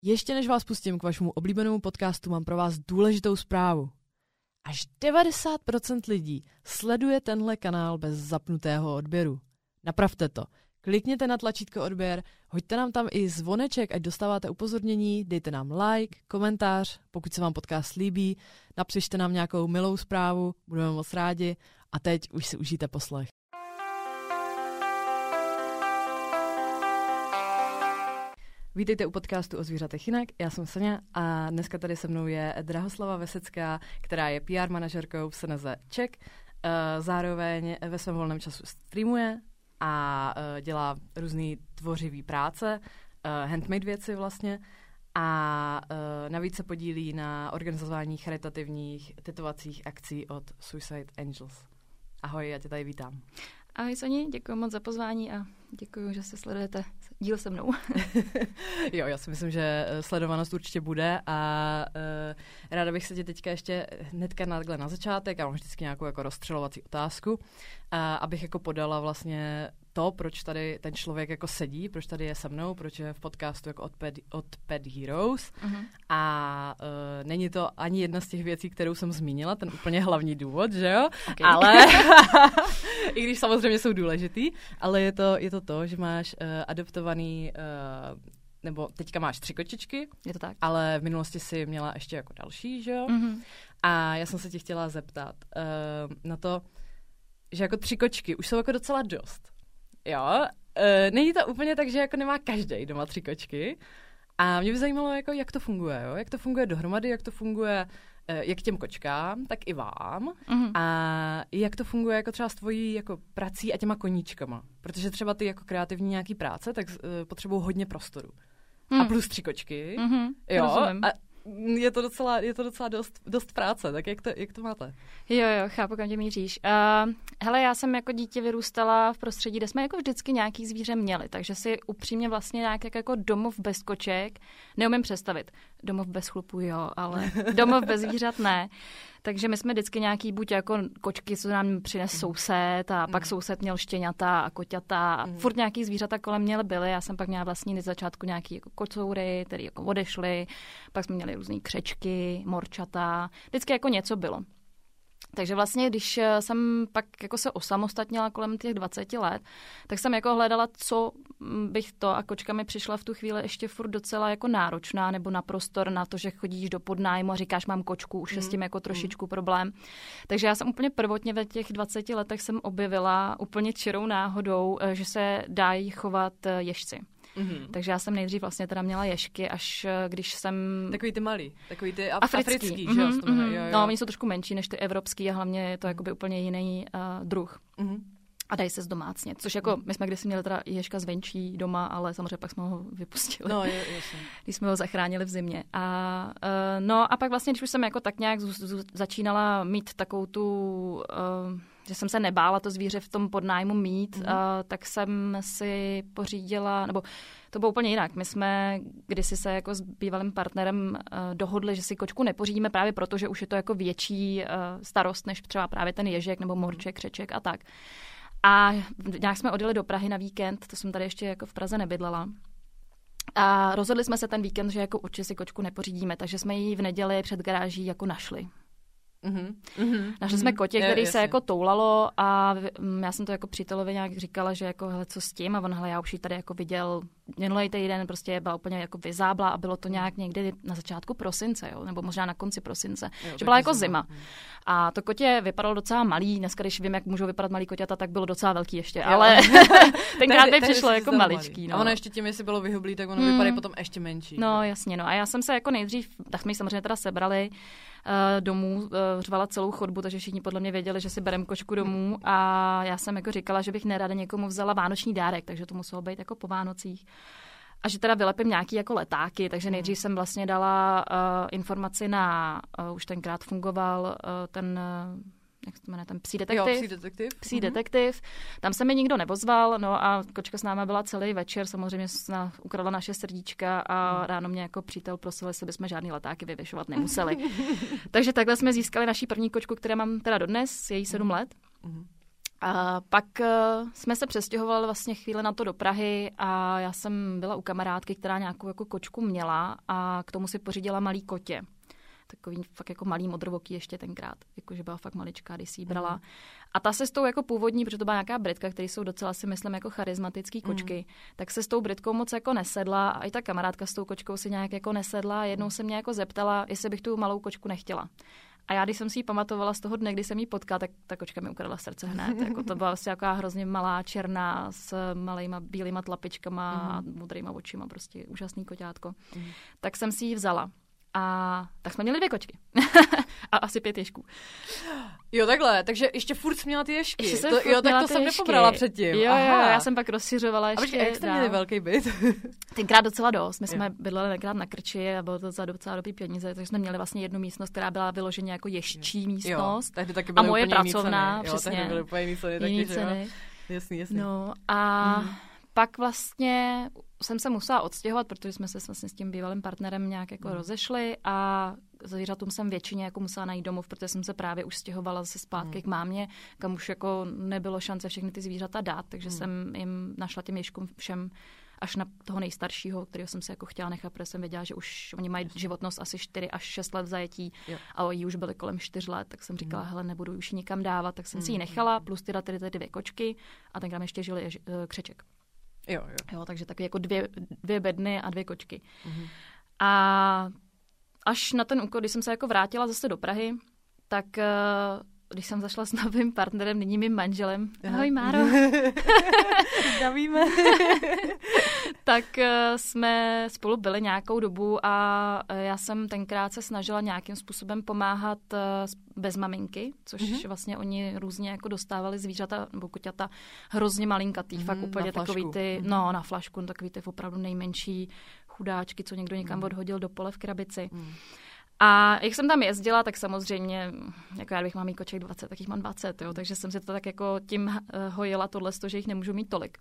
Ještě než vás pustím k vašemu oblíbenému podcastu, mám pro vás důležitou zprávu. Až 90% lidí sleduje tenhle kanál bez zapnutého odběru. Napravte to. Klikněte na tlačítko odběr, hoďte nám tam i zvoneček, ať dostáváte upozornění, dejte nám like, komentář, pokud se vám podcast líbí, napište nám nějakou milou zprávu, budeme moc rádi a teď už si užijte poslech. Vítejte u podcastu o zvířatech jinak, já jsem Sanja a dneska tady se mnou je Drahoslava Vesecká, která je PR manažerkou v SNS Czech, zároveň ve svém volném času streamuje a dělá různý tvořivý práce, handmade věci vlastně a navíc se podílí na organizování charitativních tetovacích akcí od Suicide Angels. Ahoj, já tě tady vítám. Ahoj Soni, děkuji moc za pozvání a děkuji, že se sledujete díl se mnou. Jo, já si myslím, že sledovanost určitě bude a ráda bych se tě teďka ještě hnedka na začátek, a mám vždycky nějakou jako rozstřelovací otázku, abych jako podala vlastně to, proč tady ten člověk jako sedí, proč tady je se mnou, proč je v podcastu jako od Pet Heroes. A není to ani jedna z těch věcí, kterou jsem zmínila, ten úplně hlavní důvod, že jo? Okay. Ale i když samozřejmě jsou důležitý, ale je to to, že máš adoptovaný nebo teďka máš 3 kočičky, je to tak, ale v minulosti si měla ještě jako další, že jo? A já jsem se tě chtěla zeptat na to, že jako 3 kočky už jsou jako docela dost. Jo, není to úplně tak, že jako nemá každý doma 3 kočky. A mě by zajímalo, jako, jak to funguje, jo? Jak to funguje dohromady, jak to funguje jak těm kočkám, tak i vám. A jak to funguje jako třeba s tvojí jako prací a těma koníčkama. Protože třeba ty jako kreativní nějaký práce, tak potřebují hodně prostoru. A plus 3 kočky. Jo, rozumím. A je to docela dost práce, tak jak to máte? Jo, chápu, kam tě míříš. Hele, já jsem jako dítě vyrůstala v prostředí, kde jsme jako vždycky nějaký zvíře měli, takže si upřímně vlastně nějak jako domov bez koček neumím představit. Domov bez chlupů, jo, ale domov bez zvířat ne. Takže my jsme vždycky nějaký buď jako kočky, co nám přines soused a pak soused měl štěňata a koťata a furt nějaký zvířata kolem mě byly. Já jsem pak měla vlastně na začátku nějaký jako kocoury, které jako odešly, pak jsme měli různý křečky, morčata, vždycky jako něco bylo. Takže vlastně, když jsem pak jako se osamostatnila kolem těch 20 let, tak jsem jako hledala, co bych to, a kočka mi přišla v tu chvíli ještě furt docela jako náročná, nebo na prostor, na to, že chodíš do podnájmu a říkáš, mám kočku, už je s tím jako trošičku problém. Takže já jsem úplně prvotně ve těch 20 letech jsem objevila úplně čirou náhodou, že se dají chovat ježci. Takže já jsem nejdřív vlastně teda měla ježky, až když jsem... Takový ty malý, takový ty africký, že jo? No, oni jsou trošku menší než ty evropský a hlavně je to jakoby úplně jiný druh. A dají se zdomácnit, což jako my jsme kdysi měli teda ježka zvenčí doma, ale samozřejmě pak jsme ho vypustili. No, jasně. Když jsme ho zachránili v zimě. No a pak vlastně, když už jsem jako tak nějak začínala mít takovou tu... že jsem se nebála to zvíře v tom podnájmu mít, tak jsem si pořídila, nebo to bylo úplně jinak. My jsme kdysi se jako s bývalým partnerem dohodli, že si kočku nepořídíme právě proto, že už je to jako větší starost, než třeba právě ten ježek nebo morček, křeček a tak. A nějak jsme odjeli do Prahy na víkend, to jsem tady ještě jako v Praze nebydlela. A rozhodli jsme se ten víkend, že jako určitě si kočku nepořídíme, takže jsme ji v neděli před garáží jako našli. Našli jsme kotě, který se jako toulalo a já jsem to jako přítelovi nějak říkala, že jako hele, co s tím, a on hele, já už ji tady jako viděl minulý týden, prostě byla úplně jako vyzábla a bylo to nějak někdy na začátku prosince, jo, nebo možná na konci prosince, že byla jako zima. A to kotě vypadalo docela malý, dneska když vím, jak můžou vypadat malý koťata, tak bylo docela velký ještě, ale tenkrát mi přišlo jako maličký. No. A ono ještě tím, jestli bylo vyhublý, tak ono vypadá potom ještě menší. No jasně, no a já jsem se jako nejdřív, tak jsme ji samozřejmě teda sebrali domů, řvala celou chodbu, takže všichni podle mě věděli, že si berem kočku domů a já jsem jako říkala, že bych nerada někomu vzala vánoční dárek, takže to muselo být jako po Vánocích. A že teda vylepím nějaký jako letáky, takže nejdřív jsem vlastně dala informaci na, už tenkrát fungoval ten jak se to jmenuje, ten psí detektiv. Jo, psí detektiv. Tam se mi nikdo nevozval, no a kočka s náma byla celý večer, samozřejmě ukradla naše srdíčka a ráno mě jako přítel prosil, jestli bychom žádný letáky vyvěšovat nemuseli. Takže takhle jsme získali naší první kočku, které mám teda dodnes, je jí 7 let. A pak jsme se přestěhovali vlastně chvíli na to do Prahy a já jsem byla u kamarádky, která nějakou jako kočku měla a k tomu si pořídila malý kotě. Takový fakt jako malý modrovoký ještě tenkrát, jakože byla fakt maličká, když si ji brala. A ta se s tou jako původní, protože to byla nějaká Britka, které jsou docela si myslím jako charismatický kočky, tak se s tou Britkou moc jako nesedla a i ta kamarádka s tou kočkou si nějak jako nesedla. Jednou se mě jako zeptala, jestli bych tu malou kočku nechtěla. A já, když jsem si ji pamatovala z toho dne, kdy jsem ji potkala, tak ta kočka mi ukradla srdce hned. Jako to byla vlastně taková hrozně malá, černá, s malejma bílýma tlapičkama a modrýma očima, prostě úžasný koťátko. Tak jsem si ji vzala. A tak jsme měli 2 kočky. A asi 5 ježků. Jo, takhle, takže ještě furt jsi měla ty ježky. Tak to jsem nepobrala předtím. Jo, já jsem pak rozšiřovala ještě. A jak jste měli velký byt? Tenkrát docela dost. My jsme bydleli tenkrát na Krči a bylo to za docela dobrý peníze, takže jsme měli vlastně jednu místnost, která byla vyloženě jako ještí místnost. Jo, taky a moje pracovna, přesně. Jo, byly úplně jiný ceny. Jasný. No a pak vlastně jsem se musela odstěhovat, protože jsme se vlastně s tím bývalým partnerem nějak jako rozešli a zvířatům jsem většině jako musela najít domov, protože jsem se právě už stěhovala zase zpátky k mámě, kam už jako nebylo šance všechny ty zvířata dát, takže jsem jim našla těm ježkům všem až na toho nejstaršího, kterého jsem si jako chtěla nechat, protože jsem věděla, že už oni mají životnost asi 4 až 6 let v zajetí a jí už byly kolem 4 let, tak jsem říkala, hele, nebudu už nikam dávat, tak jsem si ji nechala, plus ty 2 kočky a tenkrát ještě žili křeček. Jo, takže taky jako 2 bedny a 2 kočky. A až na ten úkol, když jsem se jako vrátila zase do Prahy, tak když jsem zašla s novým partnerem, nyní mým manželem, ahoj Máro, zdravíme, tak jsme spolu byli nějakou dobu a já jsem tenkrát se snažila nějakým způsobem pomáhat bez maminky, což vlastně oni různě jako dostávali zvířata nebo koťata hrozně malinkatý, fakt úplně takový ty, na flašku, takový ty opravdu nejmenší chudáčky, co někdo někam odhodil do pole v krabici. A jak jsem tam jezdila, tak samozřejmě, jako já bych měla mít koček 20, tak jich mám 20, jo, takže jsem si to tak jako tím hojila tohle, že jich nemůžu mít tolik.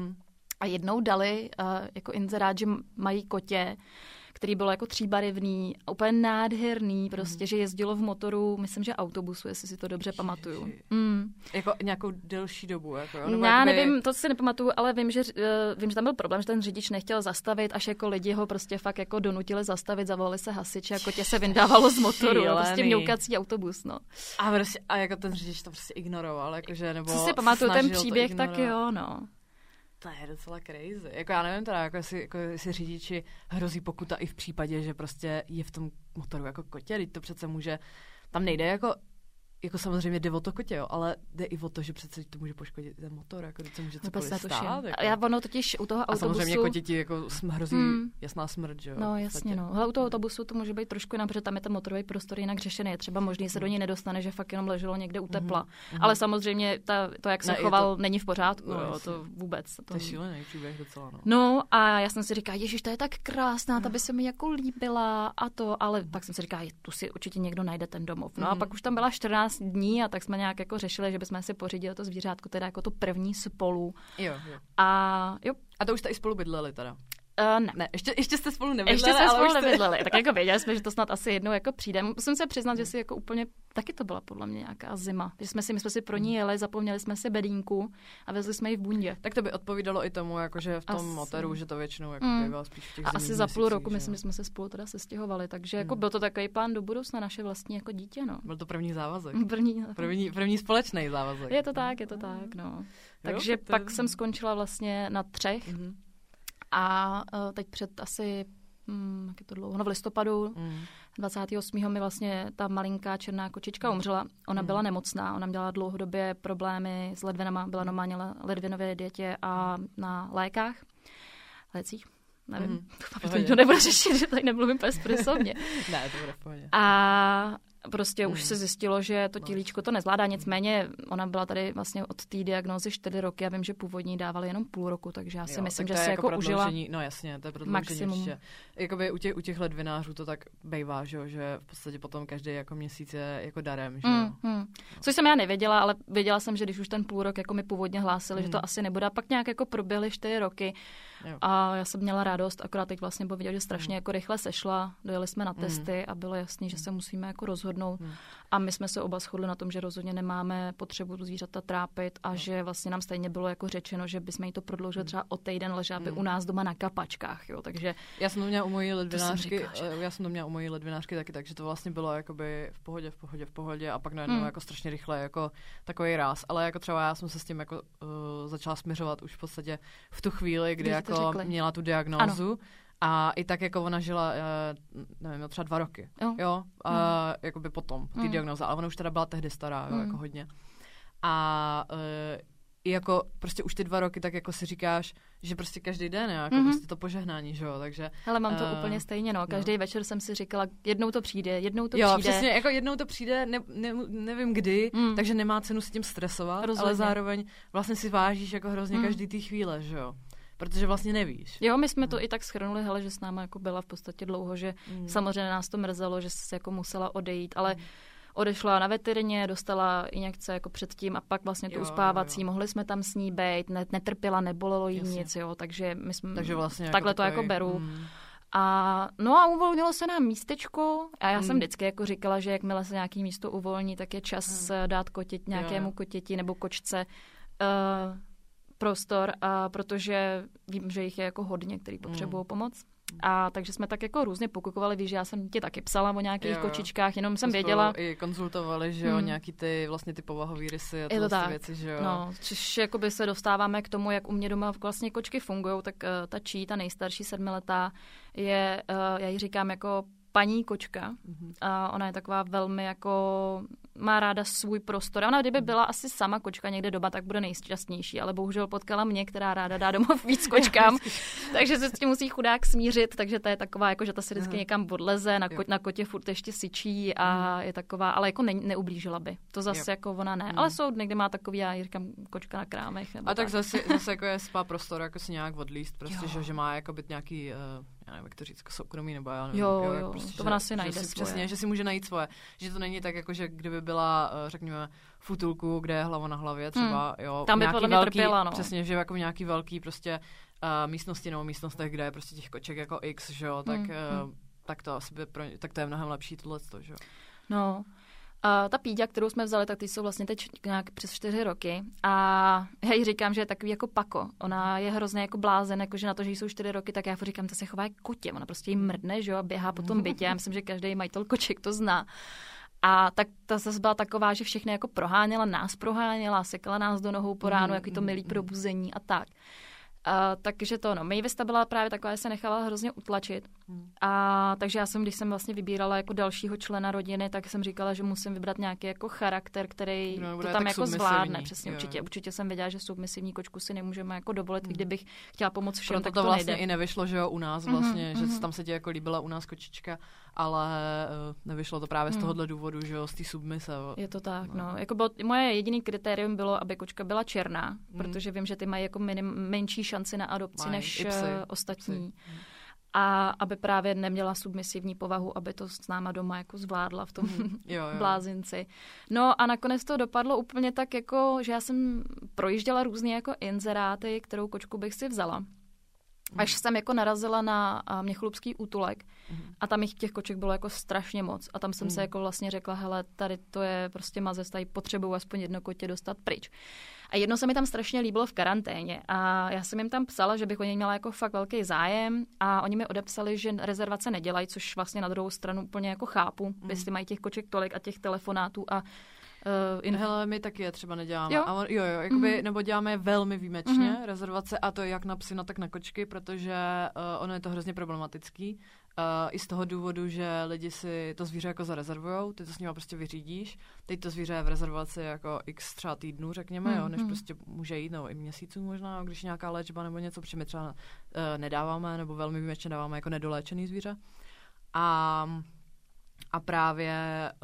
A jednou dali jako inzerát, že mají kotě, který bylo jako 3barevný, úplně nádherný, prostě, že jezdilo v motoru, myslím, že autobusu, jestli si to dobře pamatuju. Jako nějakou delší dobu, jako jo? Já nevím, to si nepamatuju, ale vím, že tam byl problém, že ten řidič nechtěl zastavit, až jako lidi ho prostě fakt jako donutili zastavit, zavolali se hasiči a kotě se vyndávalo z motoru, prostě mňoukací autobus, no. A jako ten řidič to prostě ignoroval, jakože, nebo co si pamatuju, ten příběh, tak jo, no. To je docela crazy. Jako já nevím teda, jestli řidiči hrozí pokuta i v případě, že prostě je v tom motoru jako kotě, teď to přece může, tam nejde jako samozřejmě jde o to kotě, jo, ale jde i o to, že přece to může poškodit ten motor, jako teď se může cokoliv stát. Jako. Já ono totiž u toho autobusu... A samozřejmě kotě ti jako hrozí jasná smrt, že jo. No jasně, no. Ale u toho autobusu to může být trošku jinak, protože tam je ten motorový prostor jinak řešený. Je třeba možný se do něj nedostane, že fakt jenom leželo někde u tepla. Ale samozřejmě to, jak se choval, není v pořádku, jo, to vůbec. To je šílený příběh docela, no. No a já jsem si říkala, ježiš, to je tak krásná, ta by se mi jako líbila a to, ale pak jsem si říkala, tu si určitě někdo najde ten domov. No a pak už tam byla 14 dní a tak jsme nějak jako řešili, že bychom si pořídili to zvířátko, teda jako to první spolu. Jo. A to už jste i spolu bydleli teda? Ne. Ještě jste spolu nebydleli. Ještě jsme spolu nebydleli. Tak jako věděli jsme, že to snad asi jednou jako přijde. Musím se přiznat, že si jako úplně, taky to byla podle mě nějaká zima. Že my jsme si pro ní jeli, zapomněli jsme si bedínku a vezli jsme ji v bundě. Tak to by odpovídalo i tomu, jakože v tom motoru, že to většinou jako bývalo spíš v těch zimních asi za půl roku, myslím, že jsme se spolu teda sestěhovali. Takže jako byl to takový plán do budoucna, naše vlastní jako dítě, no. Byl to první závazek. První společný závazek. Je to tak, no. Takže pak jsem skončila vlastně na 3. A teď před asi, jak je to dlouho, v listopadu 28. mi vlastně ta malinká černá kočička umřela. Ona byla nemocná, ona měla dlouhodobě problémy s ledvinama, byla normálně ledvinové dietě a na lécích. Nevím, to nikdo nebude řešit, že tady nemluvím bezprysovně. Ne, to bude v pohodě. A prostě už se zjistilo, že to tělíčko to nezvládá, nicméně ona byla tady vlastně od té diagnózy 4 roky, já vím, že původní dávali jenom půl roku, takže já si myslím, že si jako užila no jasně, to je prodloužení maximum. Jakoby u těch ledvinářů to tak bejvá, že v podstatě potom každý jako měsíc je jako darem, že jo. Což jsem já nevěděla, ale věděla jsem, že když už ten půl rok jako mi původně hlásili, že to asi nebude, a pak nějak jako proběhly 4 roky. Jo. A já jsem měla radost, akorát teď vlastně bylo vidět, že strašně jako rychle sešla, dojeli jsme na testy a bylo jasný, že se musíme jako rozhodnout. A my jsme se oba shodli na tom, že rozhodně nemáme potřebu zvířata trápit a že vlastně nám stejně bylo jako řečeno, že bychom jí to prodloužili třeba o týden, ležela by u nás doma na kapačkách, jo, takže... Já jsem to měla u mojí ledvinářky taky, takže to vlastně bylo jakoby v pohodě a pak najednou jako strašně rychle jako takový ráz, ale jako třeba já jsem se s tím jako začala směřovat už v podstatě v tu chvíli, kdy jako měla tu diagnózu. Ano. A i tak, jako ona žila, nevím, třeba 2 roky, jo, jakoby potom, ty diagnoza, ale ona už teda byla tehdy stará, jo, jako hodně. A i jako prostě už ty 2 roky, tak jako si říkáš, že prostě každý den, jako prostě to požehnání, že jo, takže... Hele, mám to úplně stejně, no, každý večer jsem si říkala, jednou to přijde. Jo, přesně, jako jednou to přijde, nevím kdy, takže nemá cenu s tím stresovat, ale zároveň vlastně si vážíš jako hrozně každý ty chvíle, že jo. Protože vlastně nevíš. Jo, my jsme to i tak shrnuli, hele, že s náma jako byla v podstatě dlouho, že samozřejmě nás to mrzelo, že se jako musela odejít, ale odešla na veterině, dostala injekce jako předtím a pak vlastně tu uspávací, mohli jsme tam s ní bejt, netrpěla, nebolelo jí nic, jo, takže my jsme vlastně takhle jako to jako beru. A no a uvolnilo se nám místečko a já jsem vždycky jako říkala, že jakmile se nějaký místo uvolní, tak je čas dát nějakému kotěti nebo kočce prostor, protože vím, že jich je jako hodně, který potřebují pomoc. A takže jsme tak jako různě pokukovali, víš, já jsem ti taky psala o nějakých kočičkách, jenom jsem věděla. I konzultovali, že jo, nějaký ty vlastně ty povahové rysy a tyhle ty věci, že jo. No, což jakoby se dostáváme k tomu, jak u mě doma vlastně kočky fungujou, tak ta Čí, ta nejstarší 7letá, je, já jí říkám jako paní kočka. A ona je taková velmi jako, má ráda svůj prostor. A ona kdyby byla asi sama kočka někde doma, tak bude nejšťastnější, ale bohužel potkala mě, která ráda dá domov víc kočkám, takže se s tím musí chudák smířit, takže ta je taková, jako, že ta se vždycky někam odleze, na kotě furt ještě syčí a je taková, ale jako neublížila by. To zase jako ona ne. Ale jsou dny, kdy má takový, já jí říkám, kočka na krámech. A tak zase jako je spá prostor, jako si nějak odlíst, prostě, že má jako být nějaký já nevím, jak to říct, soukromí, nebo já nevím. Jo, prostě, to ona si najde svoje. Přesně, že si může najít svoje. Že to není tak, jako že kdyby byla, řekněme, v útulku, kde je hlava na hlavě třeba, jo. Tam by podle mě trpěla, no. Přesně, že jako nějaký velký prostě místnosti nebo místnostech, kde je prostě těch koček jako X, že jo, tak to asi tak to je mnohem lepší tohleto, že jo. No. Ta Píďa, kterou jsme vzali, tak ty jsou vlastně teď nějak přes 4 roky a já jí říkám, že je takový jako pako. Ona je hrozně jako blázen, jakože na to, že jsou 4 roky, tak já říkám, to se chová jako kotě. Ona prostě jí mrdne, že jo, a běhá po tom bytě. Já myslím, že každý majitel koček to zná. A tak ta zase byla taková, že všechny jako proháněla, sekala nás do nohou po ránu, jaký to milý probuzení a tak. Takže to, no, Mavis byla právě taková, že se nechala hrozně utlačit. A takže já jsem, když jsem vlastně vybírala jako dalšího člena rodiny, tak jsem říkala, že musím vybrat nějaký jako charakter, který to tam jako zvládne. Přesně, určitě jsem věděla, že submisivní kočku si nemůžeme jako dovolit, i kdybych chtěla pomoct všem, tak to vlastně nejde. I nevyšlo, že jo, u nás vlastně, že tam se ti jako líbila u nás kočička, ale nevyšlo to právě z tohohle důvodu, že jo, z té submise. Je to tak, no. Jako moje jediný kritérium bylo, aby kočka byla černá, protože vím, že ty mají jako menší šanci na adopci než ostatní. A aby právě neměla submisivní povahu, aby to s náma doma jako zvládla v tom blázinci. No a nakonec to dopadlo úplně tak jako, že já jsem projížděla různě jako inzeráty, kterou kočku bych si vzala. Až jsem jako narazila na Měchlubský útulek a tam těch koček bylo jako strašně moc. A tam jsem se jako vlastně řekla, hele, tady to je prostě mazec, tady potřebuju aspoň jedno kotě dostat pryč. A jedno se mi tam strašně líbilo v karanténě a já jsem jim tam psala, že bych o něj měla jako fakt velký zájem a oni mi odepsali, že rezervace nedělají, což vlastně na druhou stranu úplně jako chápu, jestli mají těch koček tolik a těch telefonátů a hele, my taky je třeba neděláme. Jo, jakoby, nebo děláme je velmi výjimečně, rezervace, a to jak na psy, tak na kočky, protože ono je to hrozně problematický. I z toho důvodu, že lidi si to zvíře jako zarezervujou, ty to s nima prostě vyřídíš, teď to zvíře je v rezervaci jako x třeba týdnů, řekněme, jo, než prostě může jít, nebo i měsíců možná, když je nějaká léčba nebo něco, protože my třeba nedáváme, nebo velmi výjimečně dáváme jako nedoléčený zvíře. A právě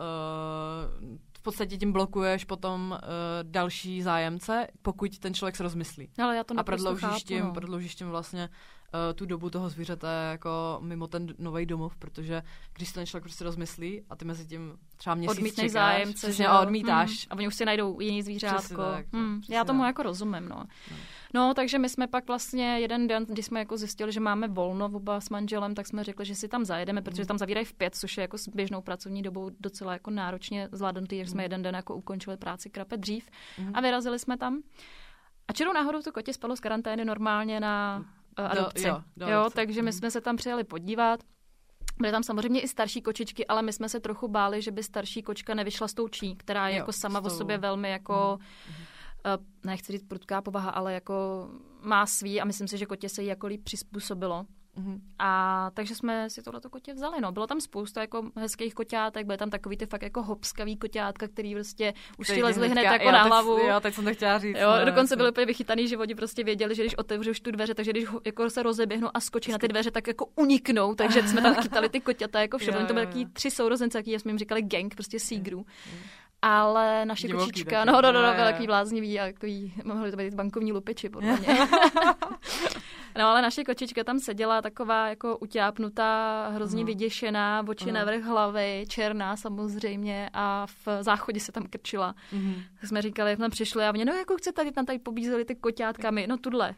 v podstatě tím blokuješ potom další zájemce, pokud ten člověk se rozmyslí. Ale já to a prodloužíš tím vlastně tu dobu toho zvířete jako mimo ten nový domov, protože když ten člověk prostě rozmyslí a ty mezi tím třeba měsíc odmítnej čekáš, zájemce, a odmítáš. A oni už si najdou jiný zvířátko. Přesně tak, já tomu jako rozumím, no. No, takže my jsme pak vlastně jeden den, když jsme jako zjistili, že máme volno oba s manželem, tak jsme řekli, že si tam zajedeme, protože tam zavírají v 5, což je jako s běžnou pracovní dobou docela jako náročně zvládnutý, že jsme jeden den jako ukončili práci krape dřív a vyrazili jsme tam. A čirou náhodou to kotě spalo z karantény normálně na adopci. Jo, takže my jsme se tam přijeli podívat. Byly tam samozřejmě i starší kočičky, ale my jsme se trochu báli, že by starší kočka nevyšla s tou Čí, která je jako sama o sobě velmi jako, nechci říct prudká povaha, ale jako má svý a myslím si, že kotě se jí jako líp přizpůsobilo. A takže jsme si tohleto kotě vzali. No. Bylo tam spousta jako hezkých koťátek, byly tam takový ty fakt jako hopskavý koťátka, který prostě už si lezli hned jako na hlavu. Jo, teď jsem to chtěla říct. Jo, dokonce byli úplně vychytaný, že oni prostě věděli, že když otevřeš tu dveře, takže když jako se rozeběhnou a skočí na ty dveře, tak jako uniknou, takže jsme tam chytali ty koťata jako všechno. To byly taky 3 sourozenci, jaký jsme jim říkali gang, prostě sígrů. Ale naše kočička, no, velký bláznivý a takový, mohli to být bankovní lupiči, podle mě. No, ale naše kočička tam seděla taková jako utápnutá, hrozně vyděšená, oči navrch hlavy, černá samozřejmě a v záchodě se tam krčila. Tak jsme říkali, jak tam přišli a oni, no jako chcete, tam tady pobízeli ty koťátkami, no tudle.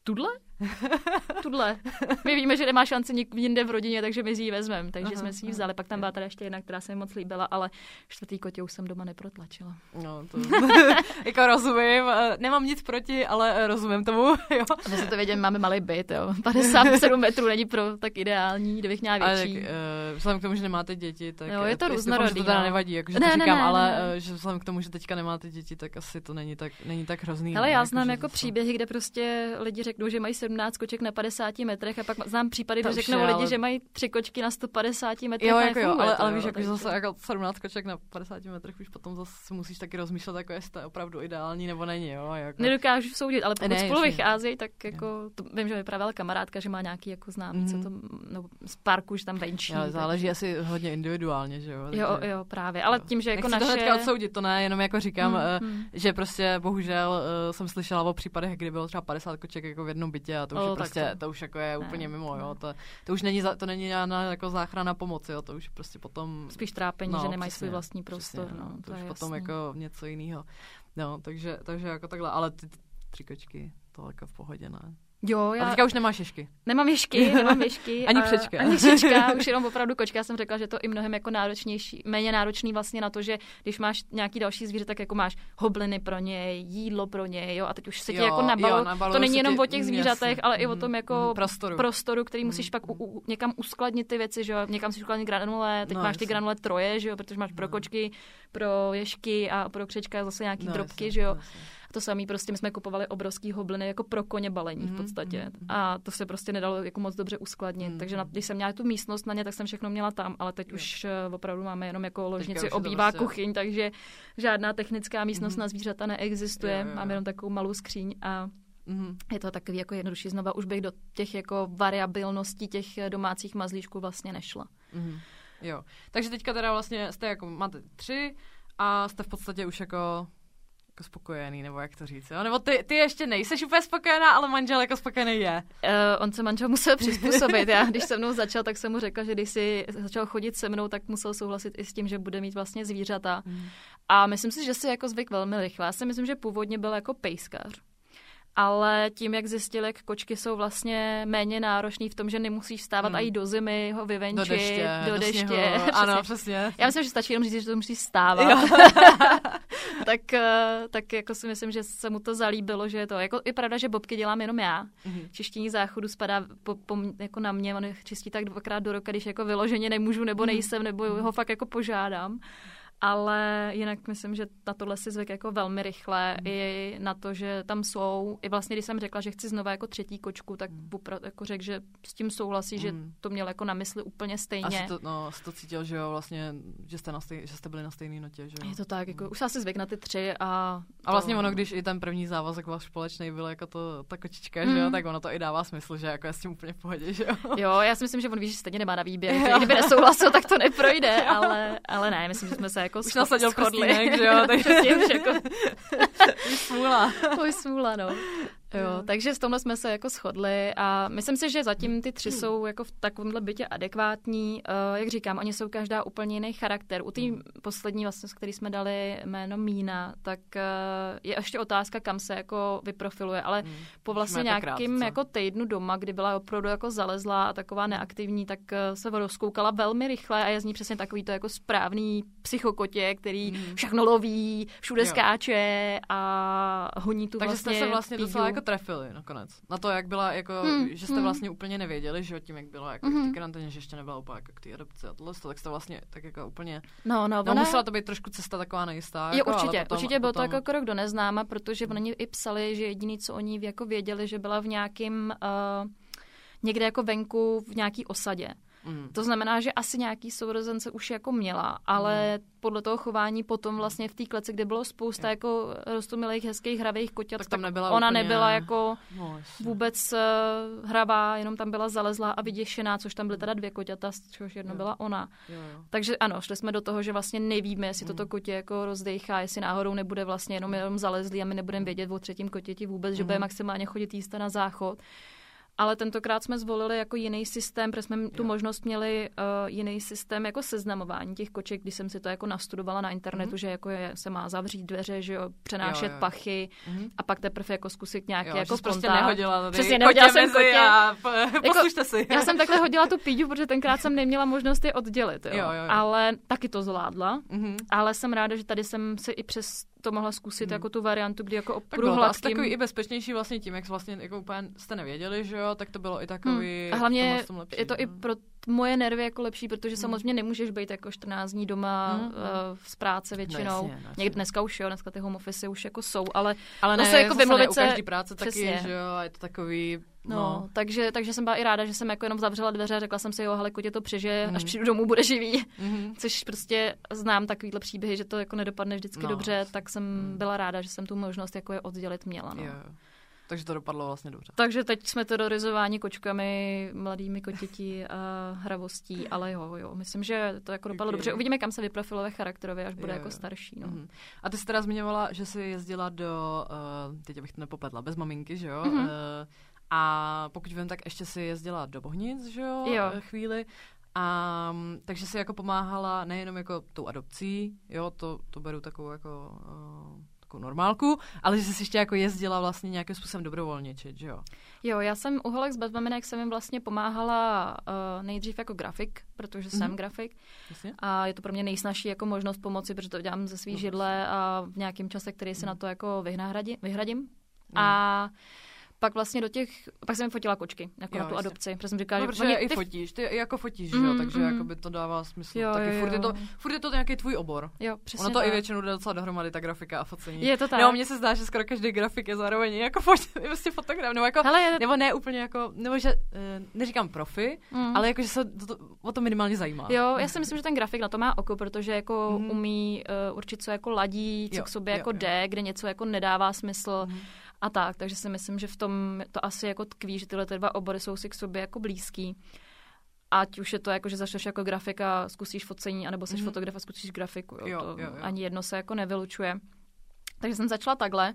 Tudle. My víme, že nemá šanci jinde v rodině, takže my si ji vezmeme. Takže jsme si ji vzali. Pak tam byla teda ještě jedna, která se mi moc líbila, ale 4. kotě už jsem doma neprotlačila. No, to jako rozumím. Nemám nic proti, ale rozumím tomu. Jo. My se to věděli, máme malý byt, jo. 57 metrů není pro tak ideální, kdybych měla větší. Ale vzhledem k tomu, že nemáte děti, tak jo, je to různorodý. To teda nevadí, jakože to říkám, ale že vzhledem k tomu, že teďka nemáte děti, tak asi to není tak hrozný. Ale já znám jako příběhy, kde prostě lidi řeknou, že mají 17 koček na 50 metrech a pak znám případy, kde řeknou lidi, že mají 3 kočky na 150 metrech. Jo, ale víš, jako zase jako 17 koček na 50 metrech už potom zase musíš taky rozmýšlet, jako jestli to je opravdu ideální nebo není. Jo, jako. Nedokážu soudit, ale pokud spolu vycházejí, tak jako to vím, že vyprávěla kamarádka, že má nějaký jako známý, co to no, z parku, že tam venčí. Ale záleží asi hodně individuálně, že jo. Jo, právě, ale tím, že jako naše... to hnedka odsoudit, to ne, jenom jako říkám, že prostě bohužel jsem slyšela o případech, kdy bylo třeba 50 koček jako v jednom bytě a to už je prostě, to už jako je úplně mimo, jo. To už není žádná jako záchrana pomoci, jo. To už prostě potom... Spíš trápení, že nemají svůj vlastní prostor, přesně, no. To už potom jako něco jiného. No, takže jako takhle, ale ty 3 kočky, to jako v pohodě, ne? Jo, a teďka už nemáš ježky. Nemám ježky. Ani křečka. Ani křečka, už jenom opravdu kočka. Já jsem řekla, že to i mnohem jako náročnější, méně náročný vlastně na to, že když máš nějaký další zvíře, tak jako máš hobliny pro ně, jídlo pro ně, jo, a teď už se ti jako nabalo. To není jenom o těch zvířatech, ale i o tom jako prostoru, který musíš pak někam uskladnit ty věci, že jo, někam si uskladnit granule, teď máš ty granule troje, že jo, protože máš pro kočky, pro ježky a pro křečka zase nějaký drobky, že jo. To samé prostě my jsme kupovali obrovský hobliny jako pro koně balení v podstatě. A to se prostě nedalo jako moc dobře uskladnit. Takže když jsem měla tu místnost na ně, tak jsem všechno měla tam, ale teď už opravdu máme jenom jako ložnici, obývá kuchyň, takže žádná technická místnost na zvířata neexistuje. Máme jenom takovou malou skříň a je to takový jako jednodušší. Znova už bych do těch jako variabilností těch domácích mazlíčků vlastně nešla. Jo. Takže teďka teda vlastně jste jako máte 3 a jste v podstatě už jako spokojený, nebo jak to říct, jo? Nebo ty ještě nejseš úplně spokojená, ale manžel jako spokojený je. On se manžel musel přizpůsobit. Já, když se mnou začal, tak jsem mu řekla, že když si začal chodit se mnou, tak musel souhlasit i s tím, že bude mít vlastně zvířata. A myslím si, že si jako zvyk velmi rychle. Já si myslím, že původně byl jako pejskař. Ale tím, jak zjistil, jak kočky jsou vlastně méně náročný v tom, že nemusíš vstávat a jít do zimy, ho vyvenčit, do deště. Ano, přesně. Já myslím, že stačí jenom říct, že to musíš stávat. tak jako si myslím, že se mu to zalíbilo, že je to. Jako, je pravda, že bobky dělám jenom já. Čištění záchodu spadá jako na mě, on čistí tak 2krát do roka, když jako vyloženě nemůžu, nebo nejsem, nebo ho fakt jako požádám. Ale jinak myslím, že na tohle si zvyk jako velmi rychle i na to, že tam jsou. I vlastně, když jsem řekla, že chci znova jako 3. kočku, tak jako řekl, že s tím souhlasí, že to měl jako na mysli úplně stejně. Asi to cítil, že jo, vlastně, že jste byli na stejné notě, že jo. Je to tak, jako už asi zvyk na ty 3 a vlastně ono, když i ten první závazek váš společný byl jako ta kočička, že jo, tak ono to i dává smysl, že jako je s tím úplně v pohodě, že jo. Jo, já si myslím, že on ví, že stejně nemá na výběr, že kdyby nesouhlasil, tak to neprojde, ale ne, myslím, že jsme se jako už nasadil prstínek, že jo, takže jako smůla. Smůla, no. Jo, takže v tomhle jsme se jako shodli a myslím si, že zatím ty 3 jsou jako v takovémhle bytě adekvátní. Jak říkám, oni jsou každá úplně jiný charakter. U té poslední, vlastně, s který jsme dali jméno Mína, tak je ještě otázka, kam se jako vyprofiluje, ale po vlastně nějakým jako týdnu doma, kdy byla opravdu jako zalezlá a taková neaktivní, tak se rozkoukala velmi rychle a je z ní přesně takový to jako správný psychokotě, který všechno loví, všude skáče a honí tu takže vlastně jste se vlastně píďu. docela jako trefili nakonec. Na to, jak byla jako, že jste vlastně úplně nevěděli, že tím, jak bylo jako v té karanténě, že ještě nebyla úplně jako k té adopci a tohle, tak jste vlastně tak jako úplně... No, musela to být trošku cesta taková nejistá. Jo, jako, určitě, ale potom, určitě bylo to jako krok do neznáma, protože oni i psali, že jediný, co oni jako věděli, že byla v nějakým někde jako venku v nějaký osadě. To znamená, že asi nějaký sourozence už jako měla, ale podle toho chování potom vlastně v té kleci, kde bylo spousta jako roztomilých, hezkých, hravých koťat, tak ona nebyla jako vůbec hravá, jenom tam byla zalezlá a vyděšená, což tam byly teda 2 koťata, což jedno byla ona. Jo. Takže ano, šli jsme do toho, že vlastně nevíme, jestli toto kotě jako rozdejchá, jestli náhodou nebude vlastně jenom zalezlý a my nebudeme vědět o 3. kotěti vůbec, že bude maximálně chodit jíst na záchod. Ale tentokrát jsme zvolili jako jiný systém, protože jsme tu možnost měli jiný systém jako seznamování těch koček, když jsem si to jako nastudovala na internetu, že jako se má zavřít dveře, že jo, přenášet pachy a pak teprve jako zkusit nějaký jako kontakt. Prostě nehodila tady přesně, nehodila jsem kotě. A poslušte si. Já jsem takhle hodila tu píďu, protože tenkrát jsem neměla možnost je oddělit, jo. Ale taky to zvládla. Ale jsem ráda, že tady jsem si i přes to mohla zkusit jako tu variantu, kdy jako opravdu hladkým. Takový i bezpečnější vlastně tím, jak vlastně jako úplně jste nevěděli, že jo, tak to bylo i takový... A hlavně je to i pro moje nervy jako lepší, protože samozřejmě nemůžeš být jako 14 dní doma z práce většinou. No, Někdy dneska už jo, dneska ty home office už jako jsou, ale ne, se jako vymluvit se... každý práce taky, že jo, je to takový... No, takže jsem byla i ráda, že jsem jako jenom zavřela dveře a řekla jsem si, jo, hele, kotě to přežije, až přijdu domů, bude živý. Což prostě znám takovýhle příběhy, že to jako nedopadne vždycky dobře, tak jsem byla ráda, že jsem tu možnost jako je oddělit měla. No. Takže to dopadlo vlastně dobře. Takže teď jsme terorizováni kočkami, mladými kotěti a hravostí, ale jo, myslím, že to jako dopadlo dobře. Uvidíme, kam se vyprofiluje charakterově, až bude jako starší. No. A ty jsi teda zmiňovala, že jsi jezdila do, teď abych to nepopletla, bez maminky, že jo? A pokud vím, tak ještě si jezdila do Bohnic, že jo? Chvíli. A takže si jako pomáhala nejenom jako tou adopcí, jo, to beru takovou jako takovou normálku, ale že jsi ještě jako jezdila vlastně nějakým způsobem dobrovolničit, že jo? Jo, já jsem u Holek z Bez maminek jsem jim vlastně pomáhala nejdřív jako grafik, protože jsem grafik. Jasně. A je to pro mě nejsnažší jako možnost pomoci, protože to dělám ze svý židle a v nějakém čase, který si na to jako vyhradím. A pak vlastně pak jsem fotila kočky, jako na tu adopci. Protože jsem říkala, protože i fotíš, ty jako fotíš, že jo, takže jako by to dává smysl. Taky furt je to nějaký tvůj obor. Jo, přesně. Ono to i většinou jde docela dohromady, ta grafika a focení. Je to tak. Nebo mně se zdá, že skoro každý grafik je zároveň jako prostě fotograf, nebo ne úplně jako, nebo že neříkám profi, ale jako, že se o to minimálně zajímá. Jo, já si myslím, že ten grafik na to má oko, protože jako umí určit, co jako ladí, co k sobě jako jde, kde něco jako nedává smysl. A takže si myslím, že v tom to asi jako tkví, že tyhle 2 obory jsou si k sobě jako blízký. Ať už je to jako, že začneš jako grafika, zkusíš focení, anebo seš fotograf a zkusíš grafiku. Jo. Ani jedno se jako nevylučuje. Takže jsem začala takhle.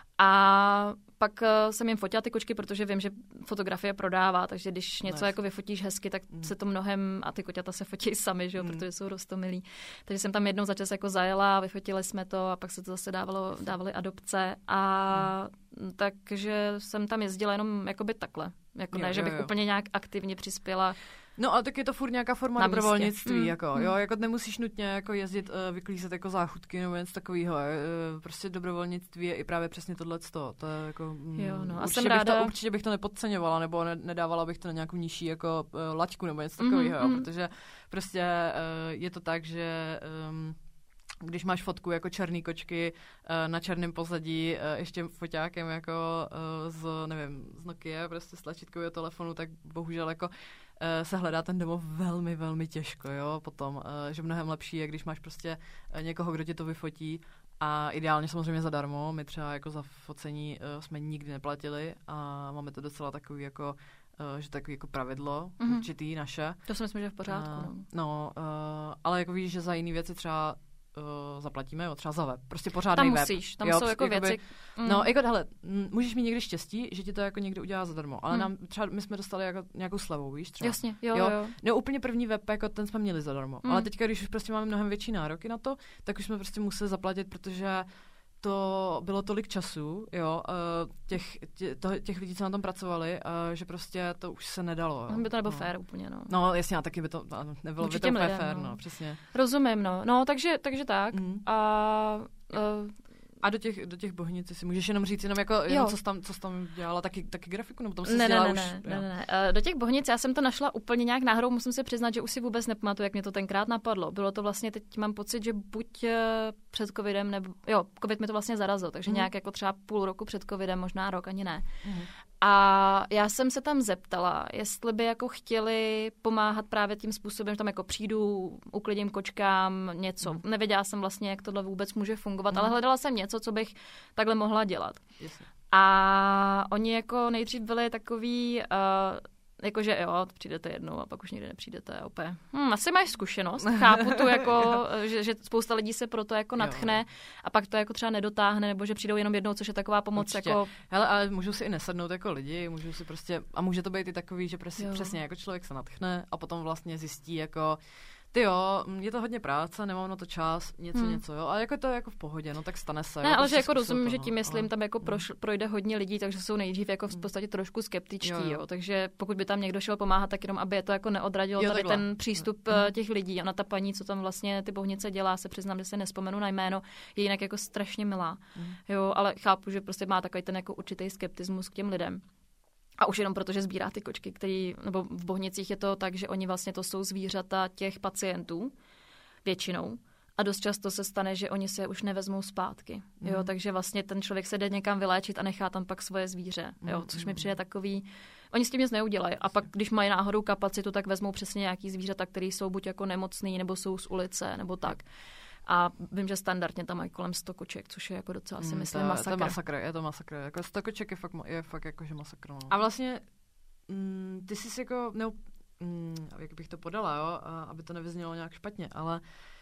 A pak jsem jim fotila ty kočky, protože vím, že fotografie prodává, takže když něco jako vyfotíš hezky, tak se to mnohem, a ty koťata se fotí sami, že jo, protože jsou roztomilí. Takže jsem tam jednou za čas jako zajela, vyfotili jsme to a pak se to zase dávaly adopce a takže jsem tam jezdila jenom jakoby takhle. Jako ne, že bych úplně nějak aktivně přispěla. No a tak je to furt nějaká forma dobrovolnictví, jako nemusíš nutně jako jezdit, vyklízet jako záchutky nebo něco takového. Prostě dobrovolnictví je i právě přesně tohleto. To je jako, a jsem ráda. Určitě bych to nepodceňovala, nebo nedávala bych to na nějakou nižší jako laťku nebo něco takového, protože prostě je to tak, že když máš fotku jako černý kočky na černém pozadí, ještě foťákem jako z Nokia, prostě z tlačítkového telefonu, tak bohužel jako se hledá ten domov velmi, velmi těžko, jo, potom, že mnohem lepší je, když máš prostě někoho, kdo ti to vyfotí a ideálně samozřejmě zadarmo. My třeba jako za focení jsme nikdy neplatili a máme to docela takový jako že takový jako pravidlo určitý naše. To si myslím, že je v pořádku. Ale jako víš, že za jiný věci třeba zaplatíme, jo, třeba za web, prostě pořádný tam web. Musíš, tam jsou jako věci. No, jako hele, můžeš mít někdy štěstí, že ti to jako někdo udělá zadarmo, ale nám třeba my jsme dostali jako nějakou slevu, víš, třeba. Jasně, jo. No úplně první web, jako ten jsme měli zadarmo, ale teďka, když už prostě máme mnohem větší nároky na to, tak už jsme prostě museli zaplatit, protože to bylo tolik času, jo, těch lidí, co na tom pracovali, že prostě to už se nedalo. Jo. By to nebylo fér úplně, no. No, jasně, a taky by to nebylo určitě by to fér, no, přesně. Rozumím, no. No, takže tak. A do těch Bohnic si můžeš jenom říct, jenom co jsi tam dělala, taky grafiku, nebo tam jsi dělala už? Ne. Do těch Bohnic já jsem to našla úplně nějak náhodou, musím se přiznat, že už si vůbec nepamatuju, jak mě to tenkrát napadlo. Bylo to vlastně, teď mám pocit, že buď před covidem, nebo covid mi to vlastně zarazil, takže nějak jako třeba půl roku před covidem, možná rok, ani ne. A já jsem se tam zeptala, jestli by jako chtěli pomáhat právě tím způsobem, že tam jako přijdu, uklidím kočkám něco. Nevěděla jsem vlastně, jak tohle vůbec může fungovat, ale hledala jsem něco, co bych takhle mohla dělat. Jasně. A oni jako nejdřív byli takový, jakože jo, přijdete jednou a pak už nikdy nepřijdete. Opět. Asi máš zkušenost. Chápu tu jako, že spousta lidí se pro to jako nadchne a pak to jako třeba nedotáhne, nebo že přijdou jenom jednou, což je taková pomoc. Jako... Hele, ale můžou si i nesednout jako lidi, můžou si prostě, a může to být i takový, že přesně jako člověk se nadchne a potom vlastně zjistí jako je to hodně práce, nemám na to čas, něco, jo. A jako je to jako v pohodě, no tak stane se. Ne, ale že jako rozumím, že tím, jestli tam jako projde hodně lidí, takže jsou nejdřív jako v podstatě trošku skeptičtí, jo. Takže pokud by tam někdo šel pomáhat, tak jenom, aby je to jako neodradilo tady ten přístup těch lidí. Ona ta paní, co tam vlastně ty Bohnice dělá, se přiznám, že se nespomenu na jméno, je jinak jako strašně milá. Jo, ale chápu, že prostě má takový ten jako určitý skeptismus k těm lidem. A už jenom protože sbírá ty kočky, nebo v Bohnicích je to tak, že oni vlastně to jsou zvířata těch pacientů většinou. A dost často se stane, že oni se už nevezmou zpátky. Jo, takže vlastně ten člověk se jde někam vyléčit a nechá tam pak svoje zvíře. Jo, což mi přijde takový... Oni s tím nic neudělají. A pak, když mají náhodou kapacitu, tak vezmou přesně nějaký zvířata, které jsou buď jako nemocný, nebo jsou z ulice, nebo tak. A vím, že standardně tam mají kolem 100 koček, což je jako docela si myslím masakr. Je to masakr. Jako 100 koček je fakt jakože masakr. No. A vlastně ty jsi jako, jak bych to podala, jo, aby to nevyznělo nějak špatně, ale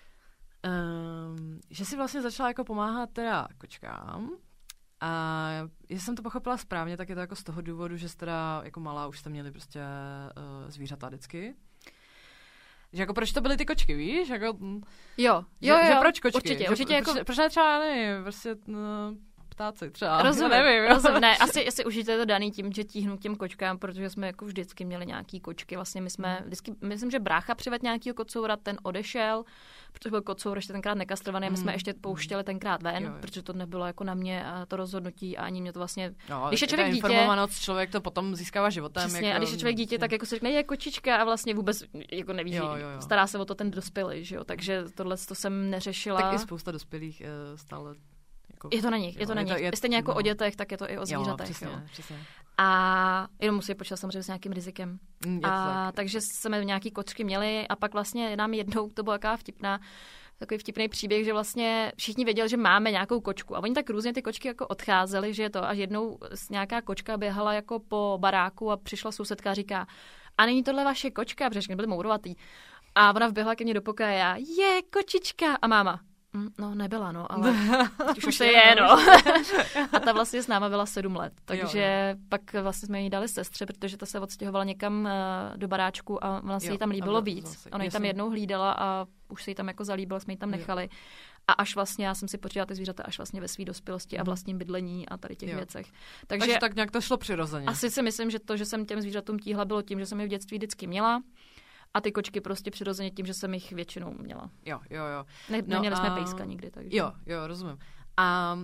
že jsi vlastně začala jako pomáhat teda kočkám a jestli jsem to pochopila správně, tak je to jako z toho důvodu, že jsi teda jako malá už jste měli prostě zvířata vždycky. Že jako proč to byly ty kočky, víš? Jako, jo. Proč kočky? Určitě jako... Proč ne třeba, nevím, prostě ptáci třeba. Rozumím. Ne, asi už je to daný tím, že tíhnu k těm kočkám, protože jsme jako vždycky měli nějaký kočky. Vlastně my jsme vždycky, myslím, že brácha přivedl nějakýho kocoura, ten odešel, protože byl kocour ještě tenkrát nekastrovaný a my jsme ještě pouštěli tenkrát ven, protože to nebylo jako na mě to rozhodnutí a ani mě to vlastně... No, když je člověk dítě... Informovanost, člověk to potom získává životem. Přesně, jako, a když je člověk dítě, tak jako se řekne, je kočička a vlastně vůbec jako neví, stará se o to ten dospělý, že jo, takže tohle to jsem neřešila. Tak i spousta dospělých stále... Je to na nich, je to na nich. Stejně jako o dětech, tak je to i o zvířatech. Přesně. A jenom musí počítat samozřejmě s nějakým rizikem. Takže jsme nějaký kočky měli a pak vlastně nám jednou, to byla takový vtipný příběh, že vlastně všichni věděli, že máme nějakou kočku. A oni tak různě ty kočky jako odcházeli, že je to. Až jednou nějaká kočka běhala jako po baráku a přišla sousedka a říká, a není tohle vaše kočka? Protože byli mourovatý. A ona vběhla ke mně do pokoje a je kočička. A máma, no nebyla, no, ale už to je, no. A ta vlastně s náma byla 7 let, takže pak vlastně jsme jí dali sestře, protože ta se odstěhovala někam do baráčku a ona se jí tam líbilo víc. Ona ji tam jednou hlídala a už se jí tam jako zalíbila, jsme ji tam nechali. A až vlastně, já jsem si počítala ty zvířata až vlastně ve své dospělosti a vlastním bydlení a tady těch věcech. Takže tak nějak to šlo přirozeně. Asi si myslím, že to, že jsem těm zvířatům tíhla, bylo tím, že jsem je v dětství vždycky měla. A ty kočky prostě přirozeně tím, že jsem jich většinou měla. Jo. Neměli jsme pejska nikdy, takže. Jo, rozumím. A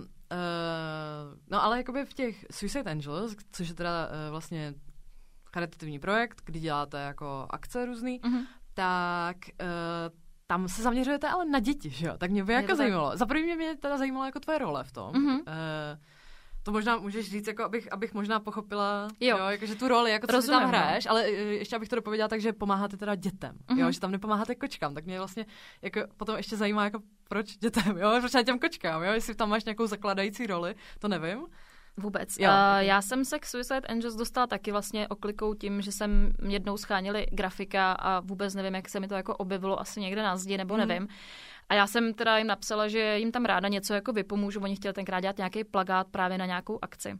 no ale jakoby v těch Suicide Angels, což je teda vlastně charitativní projekt, kdy děláte jako akce různý, tak tam se zaměřujete ale na děti, že jo? Tak mě by jako zajímalo. Za první mě teda zajímalo jako tvoje role v tom. To možná můžeš říct, jako abych možná pochopila, jakože tu roli, jako co si tam hraješ, ale ještě abych to dopověděla, takže pomáháte teda dětem, že tam nepomáháte kočkám, tak mě vlastně jako potom ještě zajímá, jako proč dětem, proč ne těm kočkám, jestli tam máš nějakou zakladající roli, to nevím. Vůbec. Jo, okay. Já jsem se k Suicide Angels dostala taky vlastně oklikou tím, že jsem jednou scháněli grafika a vůbec nevím, jak se mi to jako objevilo asi někde na zdi, nebo nevím. A já jsem teda jim napsala, že jim tam ráda něco jako vypomůžu. Oni chtěli tenkrát dělat nějaký plakát právě na nějakou akci.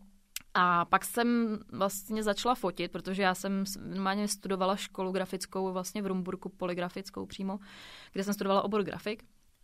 A pak jsem vlastně začala fotit, protože já jsem normálně studovala školu grafickou vlastně v Rumburku, polygrafickou přímo, kde jsem studovala obor grafik.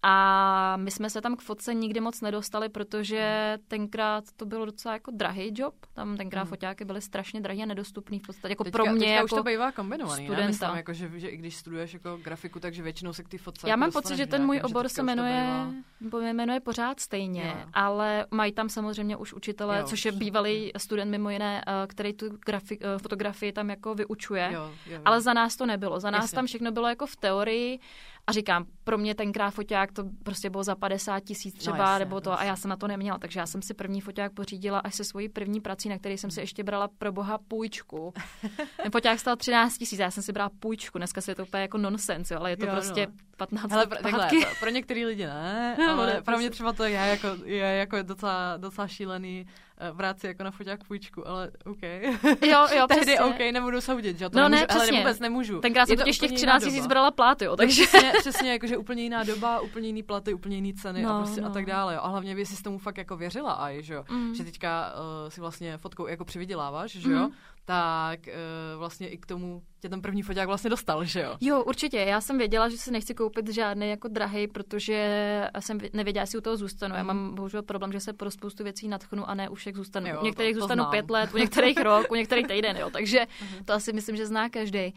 A my jsme se tam k fotce nikdy moc nedostali, protože tenkrát to bylo docela jako drahý job. Tam tenkrát foťáky byly strašně drahý a nedostupný v podstatě. Jako pro mě teďka jako už to bývá kombinovaný, studenta. Ne? Myslím, jako, že i když studuješ jako grafiku, takže většinou se k té fotce Já mám pocit, že ten můj obor se jmenuje pořád stejně, jo. Ale mají tam samozřejmě už učitele, což je bývalý student mimo jiné, který tu fotografii tam jako vyučuje. Jo. Ale za nás to nebylo. Za nás tam všechno bylo jako v teorii. A říkám, pro mě tenkrát foťák to prostě bylo za 50 000 třeba, nebo to, a já jsem na to neměla, takže já jsem si první foťák pořídila až se svojí první prací, na který jsem si ještě brala pro boha půjčku. Ten foťák stál 13 000, já jsem si brala půjčku, dneska si je to úplně jako nonsens, ale je to prostě 15 let zpátky. Pro některý lidi ne, ale pro mě třeba to je jako docela šílený brát si jako na foťák půjčku, ale OK. Jo, tehdy OK, nebudu soudit, že to no, nemůžu, ale vůbec nemůžu. Tenkrát jsem totiž těch 13 000 brala pláty, jo, takže přesně jakože úplně jiná doba, úplně jiný platy, úplně jiný ceny a prostě a tak dále, jo. A hlavně by si s tomu fakt jako věřila aj, že jo, že teďka si vlastně fotkou jako přivyděláváš, že jo, tak vlastně i k tomu tě ten první foťák vlastně dostal, že jo? Jo, určitě. Já jsem věděla, že si nechci koupit žádný jako drahej, protože jsem nevěděla, jestli u toho zůstanu. Já mám bohužel problém, že se pro spoustu věcí nadchnu a ne u všech zůstanu. Jo, u některých zůstanu 5 let, u některých rok, u některých týden, jo. Takže to asi myslím, že zná každý.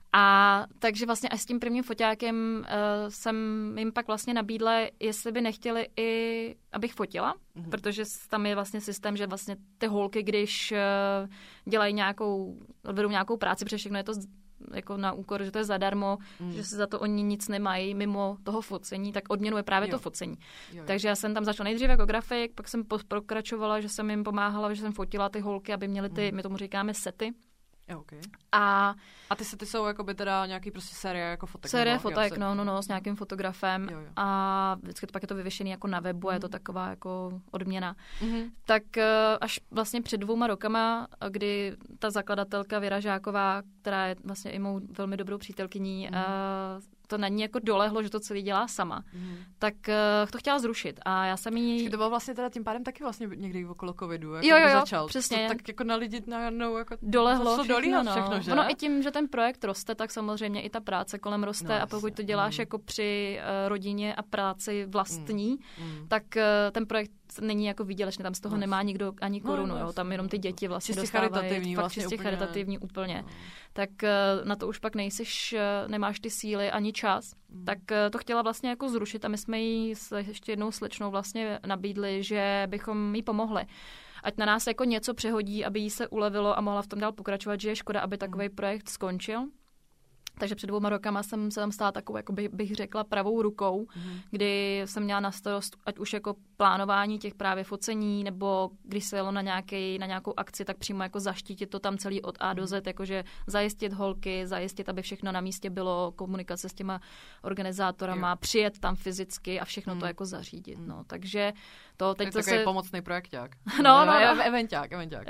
A takže vlastně až s tím prvním foťákem jsem jim pak vlastně nabídla, jestli by nechtěli i, abych fotila, protože tam je vlastně systém, že vlastně ty holky, když dělají vedou nějakou práci, protože všechno je to jako na úkor, že to je zadarmo, že se za to oni nic nemají mimo toho focení, tak odměnu je právě to focení. Jo. Takže já jsem tam začala nejdřív jako grafik, pak jsem pokračovala, že jsem jim pomáhala, že jsem fotila ty holky, aby měly my tomu říkáme sety. Okay. A ty sety jsou jakoby teda nějaký prostě série jako fotek? Série fotek, no, s nějakým fotografem. Jo. A vždycky pak je to vyvěšený jako na webu, je to taková jako odměna. Tak až vlastně před 2 rokama, kdy ta zakladatelka Věra Žáková, která je vlastně i mou velmi dobrou přítelkyní, to na ní jako dolehlo, že to celý dělá sama, tak to chtěla zrušit. A já jsem jí... To bylo vlastně teda tím pádem taky vlastně někdy okolo covidu, jako jo, začal. Přesně. To tak jako na lidi najednou jako dolehlo všechno, že? Ono i tím, že ten projekt roste, tak samozřejmě i ta práce kolem roste a pokud to děláš jako při rodině a práci vlastní, tak ten projekt není jako výdělečný, tam z toho nemá nikdo ani korunu, jo, tam jenom ty děti vlastně dostávají, fakt čistě charitativní úplně. Tak na to už pak nemáš ty síly ani čas. Tak to chtěla vlastně jako zrušit a my jsme jí ještě jednou slečnou vlastně nabídli, že bychom jí pomohli. Ať na nás jako něco přehodí, aby jí se ulevilo a mohla v tom dál pokračovat, že je škoda, aby takový projekt skončil. Takže před 2 rokama jsem se tam stala takovou, jako bych řekla, pravou rukou, kdy jsem měla na starost, ať už jako plánování těch právě focení, nebo když se jelo na nějakou akci, tak přímo jako zaštítit to tam celý od A do Z, jakože zajistit holky, zajistit, aby všechno na místě bylo, komunikace s těma organizátorama, přijet tam fyzicky a všechno to jako zařídit. No, takže to teď to je takový pomocný projekták. No. Eventák.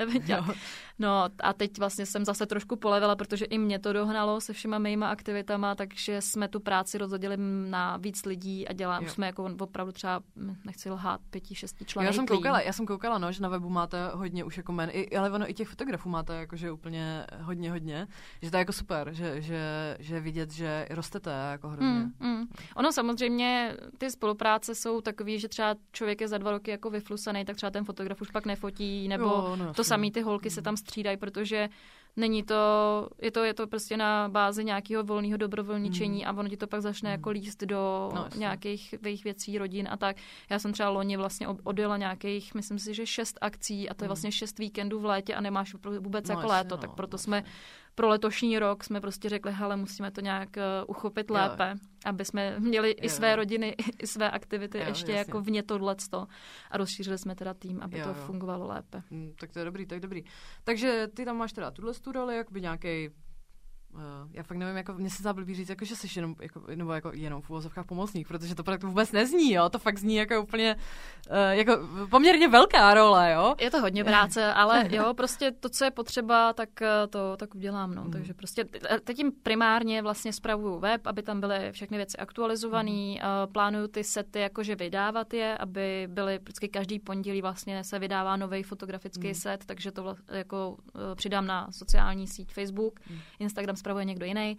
No a teď vlastně jsem zase trošku polevila, protože i mě to dohnalo se všema mýma aktivitama, takže jsme tu práci rozhodili na víc lidí a už jsme jako opravdu třeba, nechci lhát, 5-6 členů. Já jsem koukala, no, že na webu máte hodně už jako ale ono i těch fotografů máte jakože úplně hodně, že to je jako super, že vidět, že rostete jako hrozně. Ono samozřejmě, ty spolupráce jsou takový, že třeba člověk je za 2 roky jako vyflusaný, tak třeba ten fotograf už pak nefotí, nebo to samý ty holky se tam střídají, protože není je to prostě na bázi nějakého volného dobrovolničení a ono ti to pak začne jako líst do nějakých věcí, rodin a tak. Já jsem třeba loni vlastně odjela nějakých, myslím si, že 6 akcí a to je vlastně 6 víkendů v létě a nemáš vůbec jako léto, tak proto jsme pro letošní rok jsme prostě řekli, hele, musíme to nějak uchopit lépe, aby jsme měli i své rodiny, i své aktivity ještě jako vně tohleto a rozšířili jsme teda tým, aby to fungovalo lépe. Tak to je dobrý. Takže ty tam máš teda tuhle roli, jakoby nějaký Já fakt nevím, jako mně se záblbí říct, jako, že jsi jenom, jako jenom v uvozovkách pomocník, protože to pak vůbec nezní, jo, to fakt zní jako úplně, jako poměrně velká role, jo. Je to hodně práce, ale jo, prostě to, co je potřeba, tak to tak udělám, no, takže prostě teď jim primárně vlastně spravuju web, aby tam byly všechny věci aktualizované, plánuju ty sety, jakože vydávat je, aby byly, vždycky každý pondělí vlastně se vydává nový fotografický set, takže to jako přidám na sociální síť Facebook, Instagram spravuje někdo jiný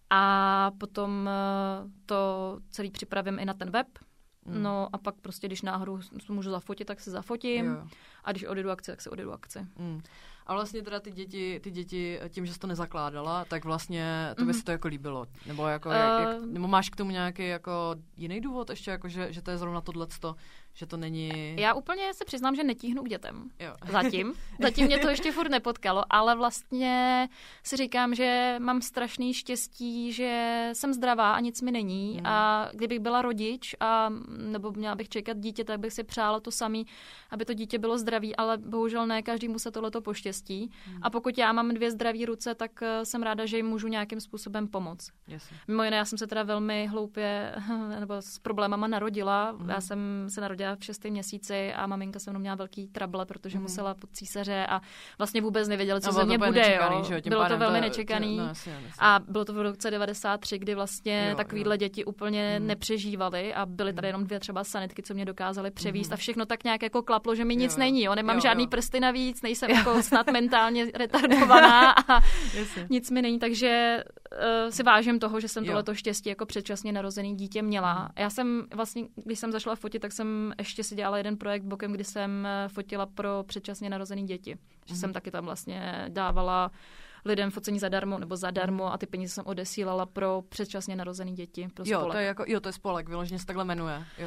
a potom to celý připravím i na ten web. No a pak prostě, když náhodou můžu zafotit, tak se zafotím. Jo. A když odjedu akci, tak se odjedu akci. A vlastně teda ty děti, tím, že jsi to nezakládala, tak vlastně to by se to jako líbilo. Nebo, jako, nebo máš k tomu nějaký jako jiný důvod ještě, jako, že to je zrovna tohleto, že to není... Já úplně se přiznám, že netíhnu k dětem. Jo. Zatím mě to ještě furt nepotkalo, ale vlastně si říkám, že mám strašný štěstí, že jsem zdravá a nic mi není. A kdybych byla rodič nebo měla bych čekat dítě, tak bych si přála to samý, aby to dítě bylo zdravý, ale bohužel ne každému se tohleto poštěstí. A pokud já mám 2 zdraví ruce, tak jsem ráda, že jim můžu nějakým způsobem pomoct. Jasně. Mimo jiné, já jsem se teda velmi hloupě nebo s problémama narodila. Já jsem se narodila v 6. měsíci a maminka se mnou měla velký trable, protože musela pod císaře a vlastně vůbec nevěděla, co ze mě bude. Bylo to velmi nečekaný. A bylo to v roce 93, kdy vlastně takovýhle děti úplně nepřežívaly a byly tady jenom 2 třeba sanitky, co mě dokázaly převíst a všechno tak nějak jako klaplo, že mi nic není. Nemám žádný prsty navíc, nejsem jako snad mentálně retardovaná a nic mi není, takže si vážím toho, že jsem tohleto štěstí jako předčasně narozený dítě měla. Já jsem vlastně, když jsem zašla fotit, tak jsem ještě si dělala jeden projekt bokem, kdy jsem fotila pro předčasně narozený děti. Že jsem taky tam vlastně dávala lidem focení zadarmo a ty peníze jsem odesílala pro předčasně narozený děti, pro spolek. To je spolek, vyloženě se takhle jmenuje. Jo.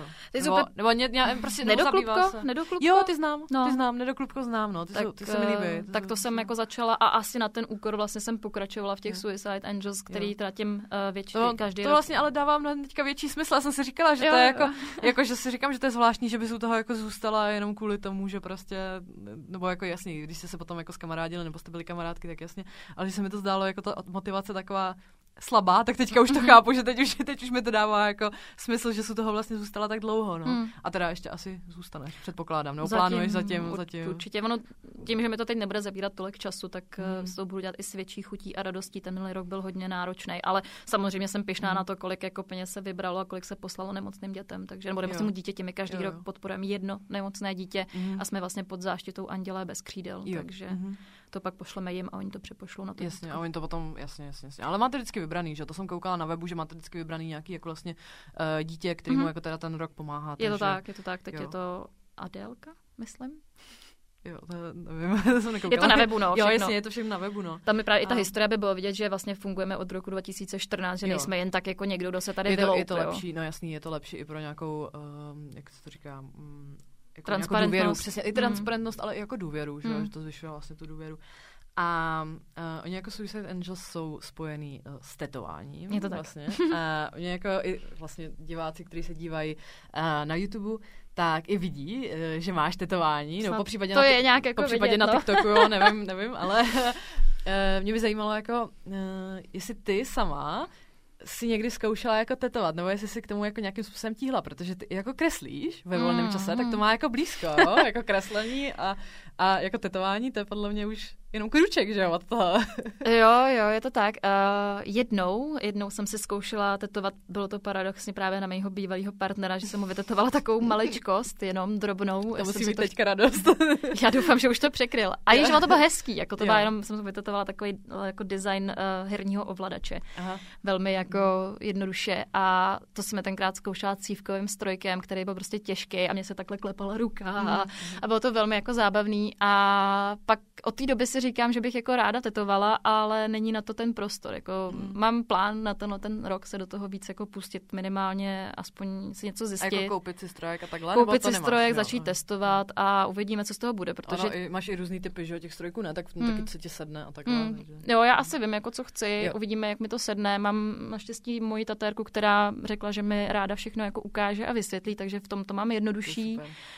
Prostě Nedoklubko? Jo, ty znám, Nedoklubko znám, no, ty se mi líbí. Tak to jsem jako začala a asi na ten úkor vlastně jsem pokračovala v těch Suicide Angels, který teda těm každý rok. To vlastně ale dává mnohem teďka větší smysl. Já jsem si říkala, že to je jako, že si říkám, že to je zvláštní, že bys u toho jako zůstala jenom kvůli tomu, že prostě, nebo jako jasně, když jste se potom jako skamarádili, nebo jste byli kamarádky, tak jasně. Ale že se mi to zdálo jako ta motivace taková slabá, tak teďka už to chápu, že teď už mi to dává jako smysl, že jsi toho vlastně zůstala tak dlouho, no. A teda ještě asi zůstaneš, předpokládám, no, plánuješ zatím. Určitě, ono tím, že mi to teď nebude zabírat tolik času, tak s to budu dělat i s větší chutí a radostí. Tenhle rok byl hodně náročný, ale samozřejmě jsem pyšná na to, kolik jako peněz se vybralo a kolik se poslalo nemocným dětem, takže nebo nemocnému dítěti, my každý rok podporujeme 1 nemocné dítě a jsme vlastně pod záštitou Anděle bez křídel, takže to pak pošleme jim a oni to přepošlou na to. Jasně, a oni to potom, jasně. Ale máte vždycky vybraný, že? To jsem koukala na webu, že máte vždycky vybraný nějaký jako vlastně dítě, kterému jako teda ten rok pomáhá. Je to tak, teď je to Adélka, myslím. Jo, to nevím, to jsem nekoukala. Je to na webu, no. Jo, jasně, je to všechno na webu, no. Tam mi právě i ta historie by bylo vidět, že vlastně fungujeme od roku 2014, že nejsme jen tak jako někdo, kdo se tady vyloup. Je to lepší, no jasný, je to lepší i pro nějakou, jak se to říká, jako transparentnost. Důvěru, přesně, i transparentnost, ale i jako důvěru, že to zvyšuje vlastně tu důvěru. A oni jako Suicide Angels jsou spojený s tetováním. Je to tak. Vlastně. Oni jako i vlastně diváci, kteří se dívají na YouTube, tak i vidí, že máš tetování. Nebo popřípadě to je nějak jako vidět, na TikToku, jo, nevím, ale mě by zajímalo, jako, jestli ty sama si někdy zkoušela jako tetovat, nebo jestli si k tomu jako nějakým způsobem tíhla, protože ty jako kreslíš ve volném čase, tak to má jako blízko, jo? Jako kreslení a jako tetování, to je podle mě už jenom kruček, že jo, od toho. Jo, je to tak. Jednou jsem si zkoušela tetovat, bylo to paradoxně právě na mého bývalého partnera, že jsem mu vytetovala takovou maličkost, jenom drobnou. To musí být teďka radost. Já doufám, že už to překryl. A že to bylo hezký, jako to bylo jenom, jsem vytetovala takový jako design herního ovladače. Aha. Velmi jako jednoduše a to jsme tenkrát zkoušela cívkovým strojkem, který byl prostě těžký a mě se takhle klepala ruka a bylo to velmi jako zábavný a pak od té doby si říkám, že bych jako ráda tetovala, ale není na to ten prostor. Jako mám plán na ten rok se do toho víc jako pustit, minimálně aspoň si něco zjistit. A jako koupit si strojek a takhle? Koupit si strojek, začít testovat a uvidíme, co z toho bude. Protože... Ano, máš i různý typy, že těch strojků, ne? Tak taky co ti sedne a takhle. Jo, já asi vím, jako co chci, uvidíme, jak mi to sedne. Mám naštěstí moji tatérku, která řekla, že mi ráda všechno jako ukáže a vysvětlí, takže v tom to mám jednodušší.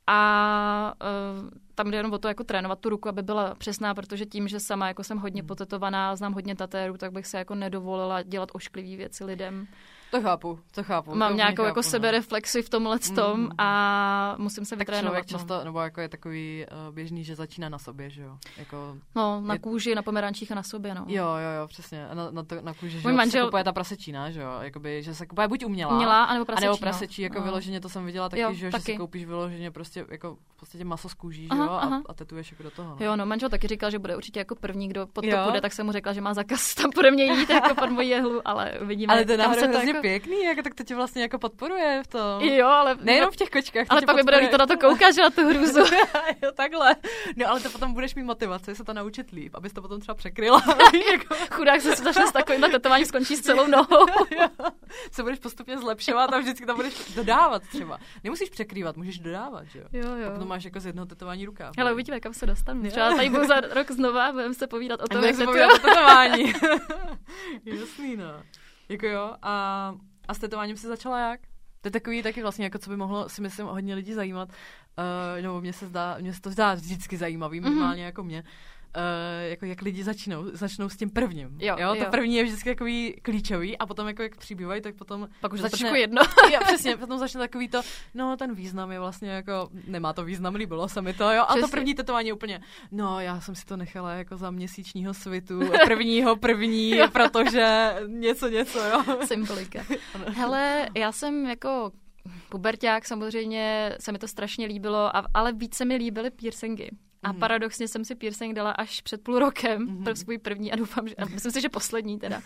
A tam jde jenom o to jako trénovat tu ruku, aby byla přesná, protože tím, že sama jako jsem hodně potetovaná, znám hodně tatérů, tak bych se jako nedovolila dělat ošklivý věci lidem. To chápu. Mám nějakou jako sebereflexi v tomhle tom a musím se vytrénovat. Tak člověk často, nebo jako je takový běžný, že začíná na sobě, že jo? Jako no, na kůži, na pomerančích a na sobě, no. Jo, přesně. Na kůži, že manžel... se kupuje ta prasečína, že jo? Jakoby, že se kupuje buď umělá, anebo prasečí, jako vyloženě, to jsem viděla taky, jo, že si koupíš vyloženě prostě jako v podstatě maso z kůží, že jo? A tetuješ jako do toho. Jo, no, manžel taky říkal, že bude určitě jako první, kdo pod to půjde, tak jsem mu řekla, že má zakaz tam pode mě jít jako pod moji jehlu, ale uvidíme. Ale to náhodou hrozně pěkný, jako tak to tě vlastně jako podporuje v tom. Jo, ale nejenom v těch kočkách. Ale pak mi bude líto na to koukat, že na tu hruzu. Jo, takhle. No, ale to potom budeš mít motivaci se to naučit líp, abys to potom třeba překryla. Chudák se začne s takovýmhle tetováním, skončí s celou nohou. Se budeš postupně zlepšovat a vždycky tam budeš dodávat třeba. Nemusíš překrývat, můžeš dodávat, že jo. Jo. A potom máš jako z jednoho tetování rukáv. Ale uvidíme, kam se dostanu. Třeba tady budu za rok znova, budeme se povídat o tom, jak tetování. Jasný, no. Jako jo, a s tetováním se začala jak? To je takový taky vlastně, jako co by mohlo, si myslím, hodně lidí zajímat. Nebo mně se to zdá vždycky zajímavý, minimálně jako mě. Jako jak lidi začnou s tím prvním. Jo? To první je vždycky takový klíčový a potom jako jak přibývají, tak potom pak už začne jedno. Jo, přesně, potom začne takový to, no ten význam je vlastně jako, nemá to význam, líbilo se mi to, jo. A přesně. To první tetování je úplně, no já jsem si to nechala jako za měsíčního svitu, první, protože něco, jo. Symbolika. Hele, já jsem jako puberťák, samozřejmě se mi to strašně líbilo, ale víc se mi líbily piercingy. A paradoxně jsem si piercing dala až před půl rokem, pro svůj první a doufám, že, a myslím si, že poslední teda.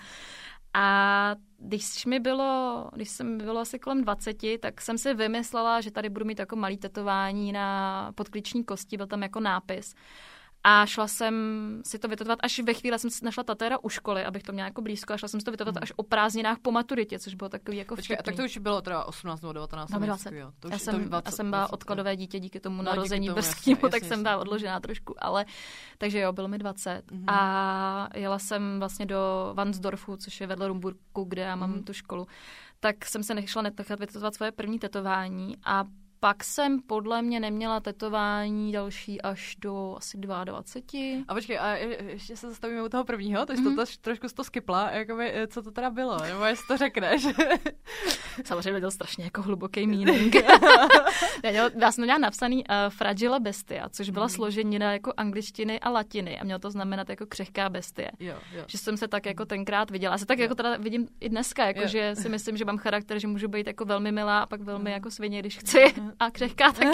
A když jsem bylo asi kolem 20, tak jsem si vymyslela, že tady budu mít jako malý tetování na podklíční kosti, byl tam jako nápis. A šla jsem si to vytetovat, až ve chvíli jsem si našla tatéra u školy, abych to měla jako blízko, a šla jsem si to vytetovat až o prázdninách po maturitě, což bylo takový jako vtipný. Tak to už bylo teda 18 nebo 19. Mám 20. Já jsem byla odkladové dítě díky tomu narození brzkému, tak jsem byla odložená trošku, ale takže jo, bylo mi 20. A jela jsem vlastně do Vansdorfu, což je vedle Rumburku, kde já mám tu školu. Tak jsem se nechla nechat vytetovat svoje první tetování a pak jsem podle mě neměla tetování další až do asi 22. A počkej, a ještě se zastavíme u toho prvního, takže to trošku to skipla, jakoby, co to teda bylo, nebo jestli to řekneš. Samozřejmě byl strašně jako hluboký meaning. Já jsem měla napsaný Fragile Bestia, což byla složenina jako angličtiny a latiny a mělo to znamenat jako křehká bestie. Jo. Že jsem se tak jako tenkrát viděla. Já se tak jako teda vidím i dneska, jako že si myslím, že mám charakter, že můžu být jako velmi milá a pak velmi jako svině, když chci. A křehká taky.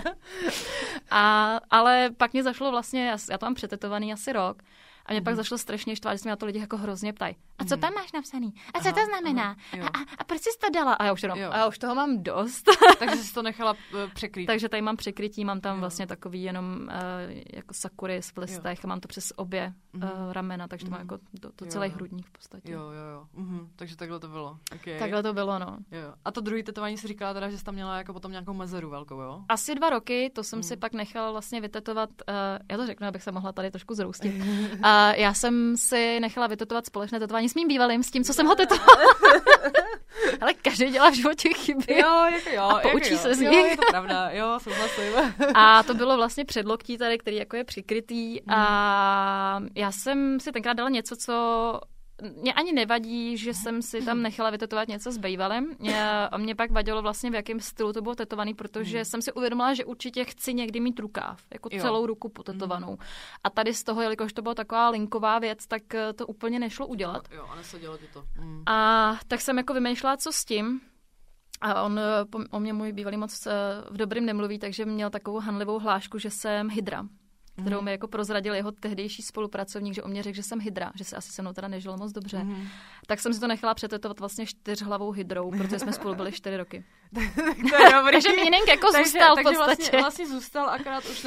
Ale pak mě zašlo vlastně, já to mám přetetovaný asi rok, a mě pak zašlo strašně štvát, že se mě na to lidi jako hrozně ptají. A co tam máš napsaný? A co to znamená? A proč jsi to dala? A já už toho mám dost. Takže jsi to nechala překrýt. Takže tady mám překrytí, mám tam vlastně takový jenom jako sakury v listech a mám to přes obě ramena, takže to mám jako to celý hrudník v podstatě. Jo. Takže takhle to bylo. Okay. Takhle to bylo, no. Jo. A to druhý tetování si říkala teda, že jsi tam měla jako potom nějakou mezeru velkou, jo? Asi 2 roky, to jsem si pak nechala vlastně vytetovat, já to řeknu, abych se mohla tady trošku zroustit. Já jsem si nechala vytetovat společné tetování s mým bývalým, s tím, co jsem ho tetovala. Ale každý dělá v životě chyby. Jo. A poučí se z nich. Jo, je to pravda, jo, souhlasím. A to bylo vlastně předloktí tady, který jako je přikrytý. A já jsem si tenkrát dala něco, co mě ani nevadí, že jsem si tam nechala vytetovat něco s bývalem. A mě pak vadilo vlastně, v jakém stylu to bylo tetovaný, protože jsem si uvědomila, že určitě chci někdy mít rukáv, jako celou ruku potetovanou. A tady z toho, jelikož to byla taková linková věc, tak to úplně nešlo udělat. Jo, a nesedělo ti to. A tak jsem jako vymýšlela, co s tím. A on o mě můj bývalý moc v dobrým nemluví, takže měl takovou hanlivou hlášku, že jsem hydra, kterou mi jako prozradil jeho tehdejší spolupracovník, že o mě řekl, že jsem hydra, že se asi se mnou teda nežilo moc dobře. Tak jsem si to nechala přetetovat vlastně 4hlavou hydrou, protože jsme spolu byli 4 roky. To je dobrý. Takže meaning jako zůstal v podstatě. Vlastně zůstal, akorát už ne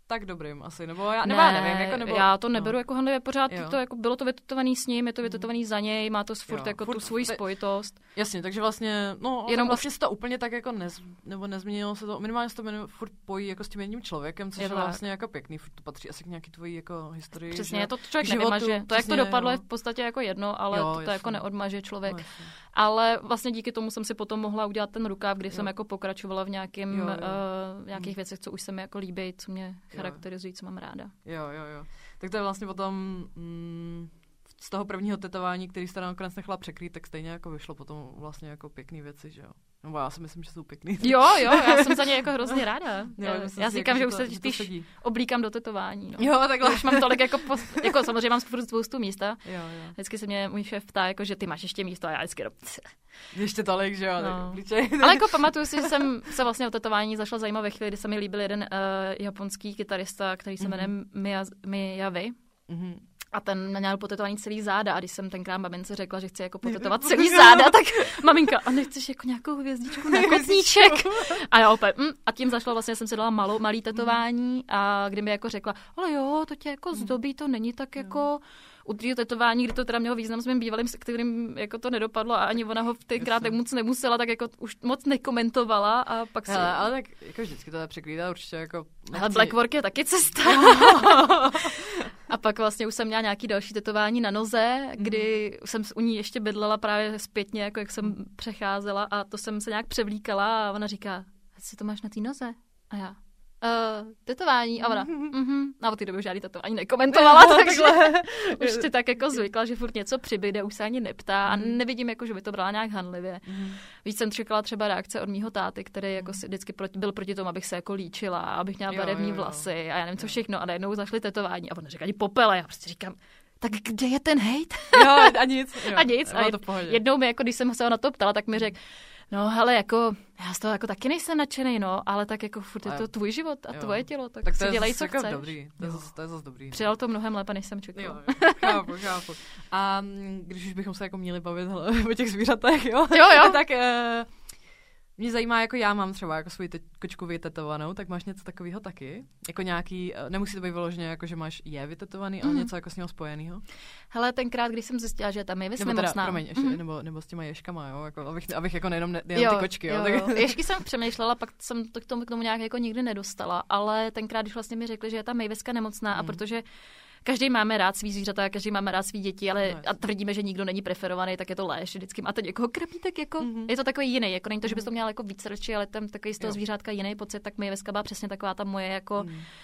tak dobrým asi, nebo já nevím. Jako, nebo, já to neberu jako handlivě, pořád to, jako, bylo to vytetovaný s ním, je to vytetovaný za něj, má to furt jako tu svoji spojitost. Jasně, takže vlastně, jenom vlastně se to úplně tak jako nezměnilo se to, minimálně se to furt pojí jako s tím jedním člověkem, což je vlastně jako pěkný, furt to patří asi k nějaký tvojí jako historii. Přesně, to člověk nevymaže. To, jak to dopadlo, je v podstatě jako jedno, ale to jako neodmaže člověk. Ale vlastně díky tomu jsem si potom mohla udělat ten rukáv, kdy jsem jako pokračovala v nějakých věcech, co už se mi jako líbí, co mě charakterizují, co mám ráda. Jo. Tak to je vlastně potom z toho prvního tetování, který jste nakonec nechala překrýt, tak stejně jako vyšlo potom vlastně jako pěkný věci, že jo? No já si myslím, že jsou pěkný. Jo, já jsem za ně jako hrozně ráda. Já si říkám, že už se spíš oblíkám do tetování. No. Jo, takhle. Už mám tolik jako samozřejmě mám spoustu místa. Jo. Vždycky se mě můj šéf ptá, jako, že ty máš ještě místo a já vždycky ještě tolik, že jo? No. Ale jako pamatuju si, že jsem se vlastně o tetování zašla zajímavě ve chvíli, kdy se mi líbil jeden japonský kytarista, který se jmenuje Miyavi. A ten měl potetovaný celý záda a když jsem tenkrát mamince řekla, že chci jako potetovat celý záda, tak maminka, a nechceš jako nějakou hvězdičku na kotníček? A já opět, a tím zašlo vlastně, jsem si dala malý tetování a kdy mi jako řekla, ale jo, to tě jako zdobí, to není tak jako u druhého tetování, kdy to teda mělo význam s mým bývalým, se kterým jako to nedopadlo a ani ona ho tenkrát moc nemusela, tak jako už moc nekomentovala a pak si... Hele, ale tak jako vždycky to překlídá určitě jako... Ale Blackwork je taky cesta. A pak vlastně už jsem měla nějaký další tetování na noze, kdy jsem u ní ještě bydlela právě zpětně, jako jak jsem přecházela a to jsem se nějak převlíkala a ona říká, co to máš na té noze? A já... tetování a ona a od té doby už žádný tetování nekomentovala, takže už si tak jako zvykla, že furt něco přibyde, už se ani neptá a nevidím, jako, že by to brala nějak hanlivě. Víc jsem čekala třeba reakce od mýho táty, který jako si vždycky byl proti tomu, abych se jako líčila, abych měla barevný vlasy a já nevím co všechno a najednou zašly tetování a ona říká, popele, já prostě říkám, tak kde je ten hejt? Jo, a nic. A nic. A jednou mi, jako, když jsem se na to ptala, tak mi řekl, no hele, jako, já z toho jako taky nejsem nadšenej, no, ale tak jako furt je to tvůj život a tvoje tělo, tak si dělej, co jako chceš. Dobrý. To je zase dobrý. Přijal to mnohem lépe, než jsem čekala. Jo, chápu. A když už bychom se jako měli bavit o těch zvířatech, jo? Tak mě zajímá, jako já mám třeba jako svoji kočku vytetovanou, tak máš něco takového taky? Jako nějaký, nemusí to být vyloženě, jako že máš vytetovaný, ale něco jako s ním spojenýho? Hele, tenkrát, když jsem zjistila, že tam je nemocná. Promiň, ještě, nebo s těma ješkama, jo? Jako, abych jako nejenom ty kočky, jo? Tak... Ješky jsem přemýšlela, pak jsem to k tomu nějak jako nikdy nedostala, ale tenkrát, když vlastně mi řekli, že je ta Maviska nemocná a protože každý máme rád svý zvířata, každý máme rád svý děti, ale a tvrdíme, že nikdo není preferovaný, tak je to lež. Vždycky máte někoho krapítek, jako je to takový jiný, jako není to, že bys to měla jako víc radši, ale tam takový z toho zvířátka jiný pocit, tak Maviska byla přesně taková ta moje jako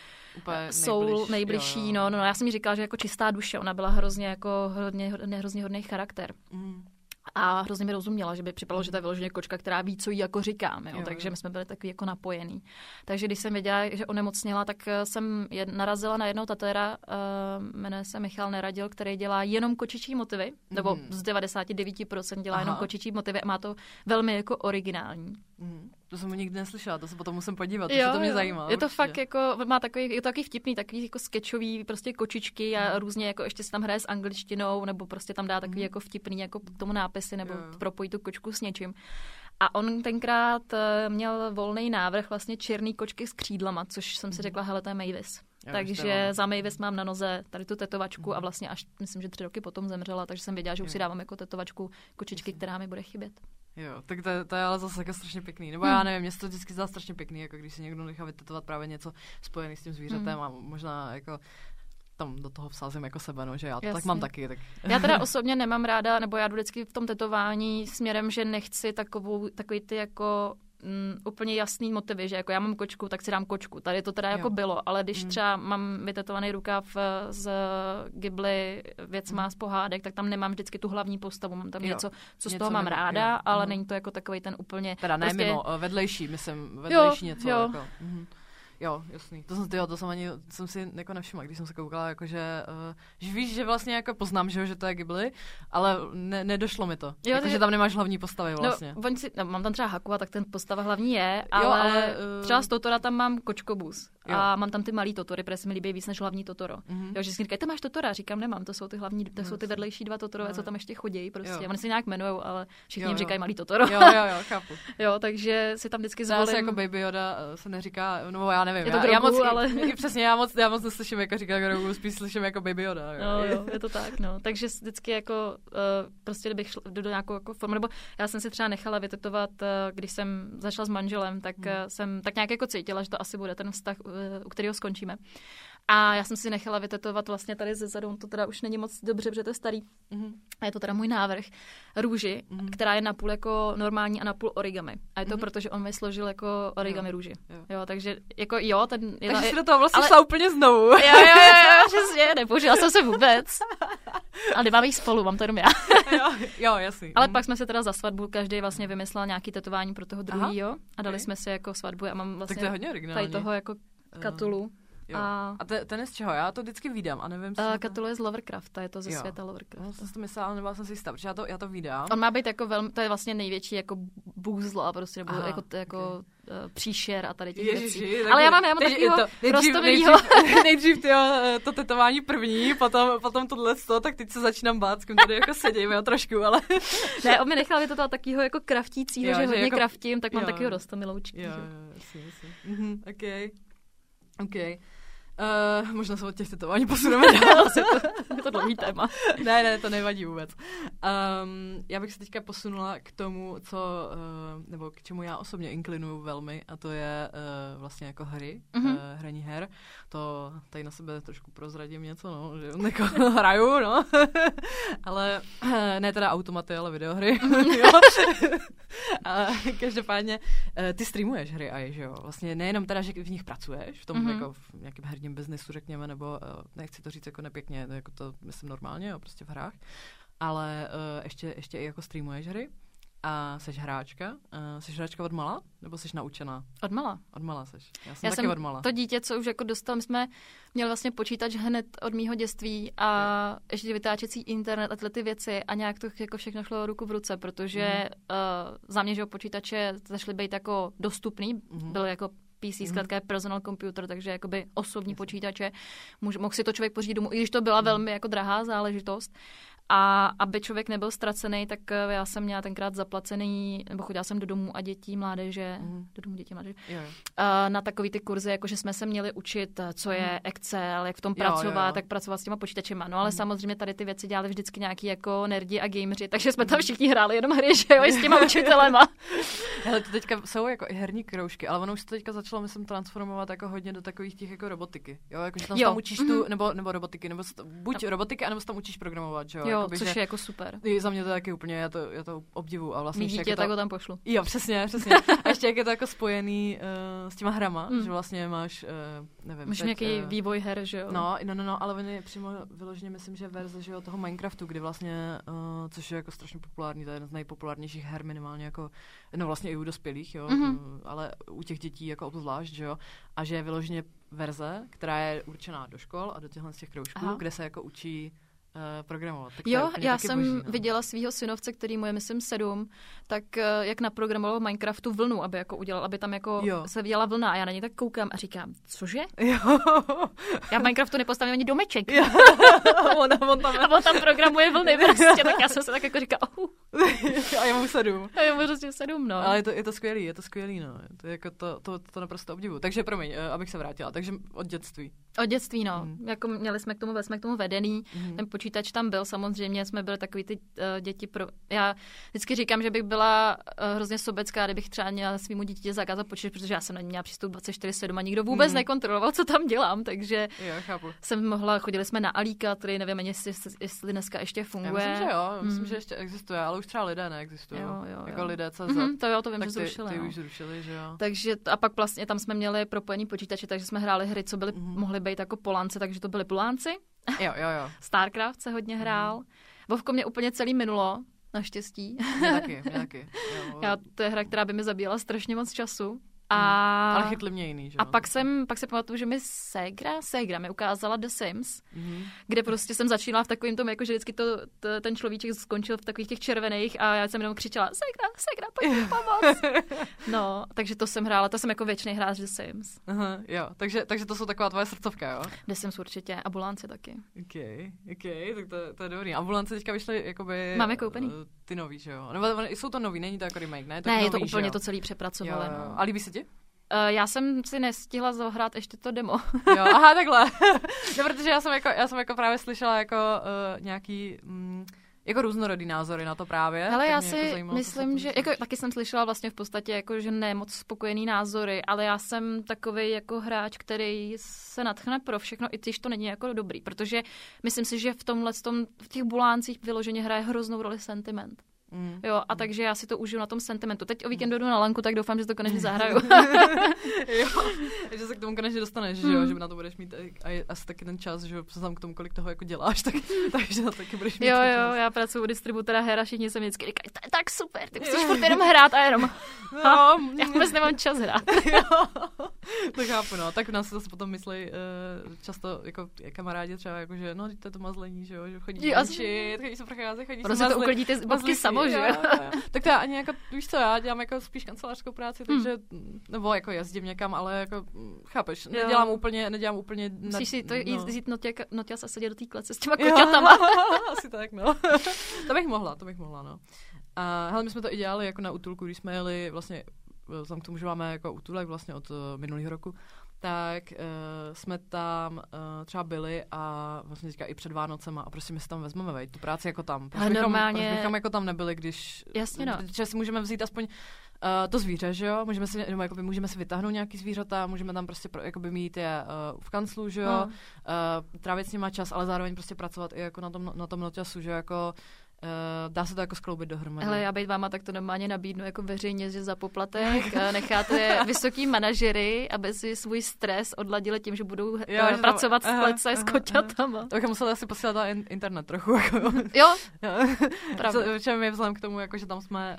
soul nejbližší. No, já jsem jí říkala, že jako čistá duše, ona byla hrozně jako hrozně hodný charakter. A hrozně mi rozuměla, že by připadalo, že to je vyloženě kočka, která ví, co jí jako říkám. Jo? Takže my jsme byli takový jako napojení. Takže když jsem věděla, že onemocněla, tak jsem narazila na jednoho tatéra, jmenuje se Michal Neradil, který dělá jenom kočičí motivy, nebo z 99% dělá jenom kočičí motivy a má to velmi jako originální. To jsem nikdy neslyšela, to se potom musím podívat, to mě zajímá. Je to fakt jako, má takový, je to takový vtipný, takový jako sketchový prostě kočičky a různě jako ještě se tam hraje s angličtinou, nebo prostě tam dá takový jako vtipný jako k tomu nápisy, nebo propojí tu kočku s něčím. A on tenkrát měl volný návrh vlastně černý kočky s křídlama, což jsem si řekla, hele, to je Mavis. Takže za Mavis mám na noze tady tu tetovačku a vlastně až myslím, že 3 roky potom zemřela, takže jsem věděla, že už si dávám jako tetovačku kočičky, která mi bude chybět. Jo, tak to je ale zase jako strašně pěkný. Nebo já nevím, mě se to vždycky zdá strašně pěkný, jako když si někdo nechá vytetovat právě něco spojené s tím zvířetem a možná jako tam do toho vsázím jako sebe, no, že já to tak mám taky. Tak. Já teda osobně nemám ráda, nebo já jdu vždycky v tom tetování směrem, že nechci takový ty jako úplně jasný motivy, že jako já mám kočku, tak si dám kočku. Tady to teda jako bylo, ale když třeba mám vytetovaný rukáv z Ghibli věcma z pohádek, tak tam nemám vždycky tu hlavní postavu, mám tam něco, co z toho mám ráda, ale není to jako takový ten úplně... Teda ne prostě... mimo, vedlejší něco. Jako. Jo, jasný. To jsem si jako nevšimla, když jsem se koukala, jako že víš, že vlastně jako poznám, že to je Ghibli, ale nedošlo mi to. Jo, že tam nemáš hlavní postavy vlastně. Mám tam třeba Haku, tak ten postava hlavní je, ale třeba z Totora tam mám kočkobus. A mám tam ty malý Totory, protože se mi líbí víc než hlavní Totoro. Jo, že si říkají, ty máš Totora, říkám, nemám, to jsou ty hlavní, to jsou ty vedlejší 2 Totorové, co tam ještě chodí, prostě. Oni se nějak jmenujou, ale všichni jim říkají malý Totoro. Jo, chápu. Jo, takže si tam vždycky zvolím. Zase jako Baby Yoda se neříká, no já nevím. Je to Grogu, ale... Přesně, já moc neslyším, jako říká Grogu, spíš slyším jako Baby Yoda. Jo, je to tak, no. Takže vždycky jako prostě, kdybych šla do nějakou jako formu, nebo já jsem si třeba nechala vytetovat, když jsem začala s manželem, tak jsem tak nějak jako cítila, že to asi bude ten vztah, u kterého skončíme. A já jsem si nechala vytetovat vlastně tady zezadu, to teda už není moc dobře, protože to je starý. A je to teda můj návrh, růži, která je napůl jako normální a napůl origami. A je to proto, že on mi složil jako origami růži. Jo, takže jako jo, ten... Takže jsi do toho vlastně šla úplně znovu. Jo, přesně, nepoužila jsem se vůbec. Ale nemáme jich spolu, mám to jenom já. jo, jasný. Ale pak jsme se teda za svatbu každý vlastně vymyslel nějaký tetování pro toho druhýho a dali jsme si jako svatbu. Já mám vlastně tak to je hodně originální. Tady toho jako Katulu. A ten je z čeho? Já to vždycky vídám a nevím. Katulu je z Lovecrafta, je to ze světa Lovecrafta. Já jsem si to myslela, ale nebyla jsem si jistá, protože já to vídám. On má být jako velmi, to je vlastně největší jako bůh zla, prostě, nebo jako příšer a tady těch věcí. Ale já mám takovýho rostovýho. Nejdřív to tetování první, potom tohleto, tak teď se začínám bát, s kým tady jako sedím, jo, trošku, ale... Ne, on mi nechal vytetovat takovýho jako kraftícího, že hodně jako... kraftím, tak mám takovýho rostomiloučky. Jo, jasně. OK. Možná se od těch tetování posuneme dál. Je to dlouhý téma. Ne, to nevadí vůbec. Já bych se teďka posunula k tomu, nebo k čemu já osobně inklinuju velmi, a to je vlastně jako hry, hraní her. To tady na sebe trošku prozradím něco, no, že jako hraju, no. Ale ne teda automaty, ale videohry. Každopádně ty streamuješ hry že jo? Vlastně nejenom teda, že v nich pracuješ, v tom jako v nějakém herním biznesu, řekněme, nebo nechci to říct jako nepěkně, jako to myslím normálně, jo, prostě v hrách, ale ještě i jako streamuješ hry a seš hráčka. Seš hráčka odmala? Nebo seš naučená? Odmala. Odmala seš. Já jsem odmala. To dítě, co už jako dostal, my jsme měli vlastně počítač hned od mýho dětství a ještě vytáčecí internet a tyhle ty věci a nějak to jako všechno šlo ruku v ruce, protože za mě, že počítače začaly být jako dostupný, byl jako PC, zkrátka je personal computer, takže jakoby osobní počítače. Mohl si to člověk pořídit domů, i když to byla velmi jako drahá záležitost. A aby člověk nebyl ztracený, tak já jsem měla tenkrát zaplacený, nebo chodila jsem do domů a dětí, mládeže, do domů dětí, mládeže, na takový ty kurzy, jako že jsme se měli učit, co je Excel, jak v tom pracovat, tak pracovat s těma počítačema. No ale samozřejmě tady ty věci dělali vždycky nějaký jako nerdi a gameři, takže jsme tam všichni hráli jenom hry, že jo, s těma učitelema. Hele, to teďka jsou jako i herní kroužky, ale ono už se teďka začalo, myslím, transformovat jako hodně do takových těch jako robotiky. Jo, jakože tam učíš nebo robotiky, nebo buď robotiky, anebo se tam učíš programovat, že jo. Jo, jakoby, což je jako super. Za mě to taky úplně, já to obdivu. A vlastně dítě, tak ho tam pošlu. Jo, přesně. A ještě jak je to jako spojený s těma hrama, že vlastně máš, nevím. Máš nějaký vývoj her, že jo? No, ale oni přímo vyloženě myslím, že verze, že jo, toho Minecraftu, kdy vlastně, což je jako strašně populární, to je jedna z nejpopulárnějších her minimálně jako, no vlastně i u dospělých, jo, ale u těch dětí jako obzvlášť, že jo, a že je vyloženě verze, která je určená do škol a do těchhle z těch kroužků, kde se jako učí programovat. Tak jo, já jsem viděla svýho synovce, který mu je, myslím, 7, tak jak naprogramoval v Minecraftu vlnu, aby jako udělal, aby tam jako se viděla vlna a já na něj tak koukám a říkám, cože? Jo. Já v Minecraftu nepostavím ani domeček. On tam programuje vlny prostě, tak já jsem se tak jako říkala, A já mu 7. A já mu prostě 7, no. Ale je to skvělý, no. To je jako to naprosto obdivu. Takže promiň, abych se vrátila. Takže od dětství. Od dětství, no. Jako měli jsme k tomu vedený. Ten počítač tam byl, samozřejmě jsme byli takový ty děti Já vždycky říkám, že bych byla hrozně sobecká, kdybych třeba měla svýmu dítěti zakázat počítač, protože já jsem na ní měla přístup 24/7 a nikdo vůbec nekontroloval, co tam dělám, takže chodili jsme na Alíka, který nevím, jestli dneska ještě funguje. Já myslím, že jo, myslím, že ještě existuje, ale už třeba lidé neexistují. Jo. Jako lidé CZ. To vím, že zrušili. Ty už zrušili, že jo. Takže a pak vlastně tam jsme měli propojený počítače, takže jsme hráli hry, co byly, mohly být jako Polance, takže to byly Polánci. Jo. Starcraft se hodně hrál. Vovko mě úplně celý minulo, naštěstí. Mě taky. Jo. To je hra, která by mi zabíjela strašně moc času. Ale chytli mě jiný, že? A pak se pamatuju, že mi Segra mi ukázala The Sims, kde prostě jsem začínala v takovým tom, jako že vždycky ten človíček skončil v takových těch červených a já jsem jenom křičela Segra, pojď mi pomoct. No, takže to jsem hrála, to jsem jako věčný hráč The Sims. Aha, jo, takže to jsou taková tvoje srdcovka, jo? The Sims určitě, Ambulance taky. OK, tak to je dobrý. Ambulance teďka vyšly jakoby... Máme koupený. Ty nový, že jo? Nebo jsou to nový, není to jako remake, ne? Ne, je to úplně to celý přepracovali. Jo. A líbí se ti? Já jsem si nestihla zahrát ještě to demo. Jo, aha, takhle. No, protože já jsem jako právě slyšela jako nějaký jako různorodý názory na to právě. Ale já si jako myslím, že jako, taky jsem slyšela vlastně v podstatě jako, že ne moc spokojený názory, ale já jsem takovej jako hráč, který se nadchne pro všechno, i když to není jako dobrý, protože myslím si, že v těch buláncích vyloženě hraje hroznou roli sentiment. Jo, a takže já si to užiju na tom sentimentu. Teď o víkendu jdu na lanku, tak doufám, že to konečně zahraju. Jo, že se k tomu konečně dostaneš, že jo, že na to budeš mít asi taky ten čas, že jo, vzhledem k tomu, kolik toho jako děláš, takže na to taky budeš mít. Jo, já pracuji u distributora her a všichni se mi vždycky říkají, to je tak super, ty musíš furt jenom hrát a jenom. No, já vůbec nemám čas hrát. To chápu, no. Tak nás zase potom myslí často jako kamarádi třeba, jako, že no, to je to mazlení, že jo, že chodí venčit, chodí se procházet, chodí se mazlit. To uklidí ty babky samo, že jo. Tak to já ani jako, víš co, já dělám jako spíš kancelářskou práci, takže, nebo jako jezdím někam, ale jako, chápeš, nedělám úplně. Musíš si to jít notěs a sedět do té klece s těma koťatama. Asi tak, no. To bych mohla, no. A hele, my jsme to i dělali jako na útulku, když jsme jeli vlastně, tam k tomu, že máme jako útulek vlastně od minulého roku, tak jsme tam třeba byli a vlastně teďka i před Vánocema a prostě my si tam vezmeme, vejď, tu práci jako tam. Proč bychom jako tam nebyli, když... Jasně, no. Protože si můžeme vzít aspoň to zvíře, že jo? Můžeme si vytáhnout nějaký zvířata, můžeme tam prostě mít je v kanclu, že jo? Trávit s nima čas, ale zároveň prostě pracovat i jako na tom noťasu, že jako... dá se to jako skloubit dohromady. Hele, já být váma tak to normálně nabídnu jako veřejně, že za poplatek necháte vysoký manažery, aby si svůj stres odladili tím, že budou pracovat v klece s koťatama. To bych musela asi posílat na internet trochu. Jako. Jo, pravda. Čem je vzhledem k tomu, jako, že tam jsme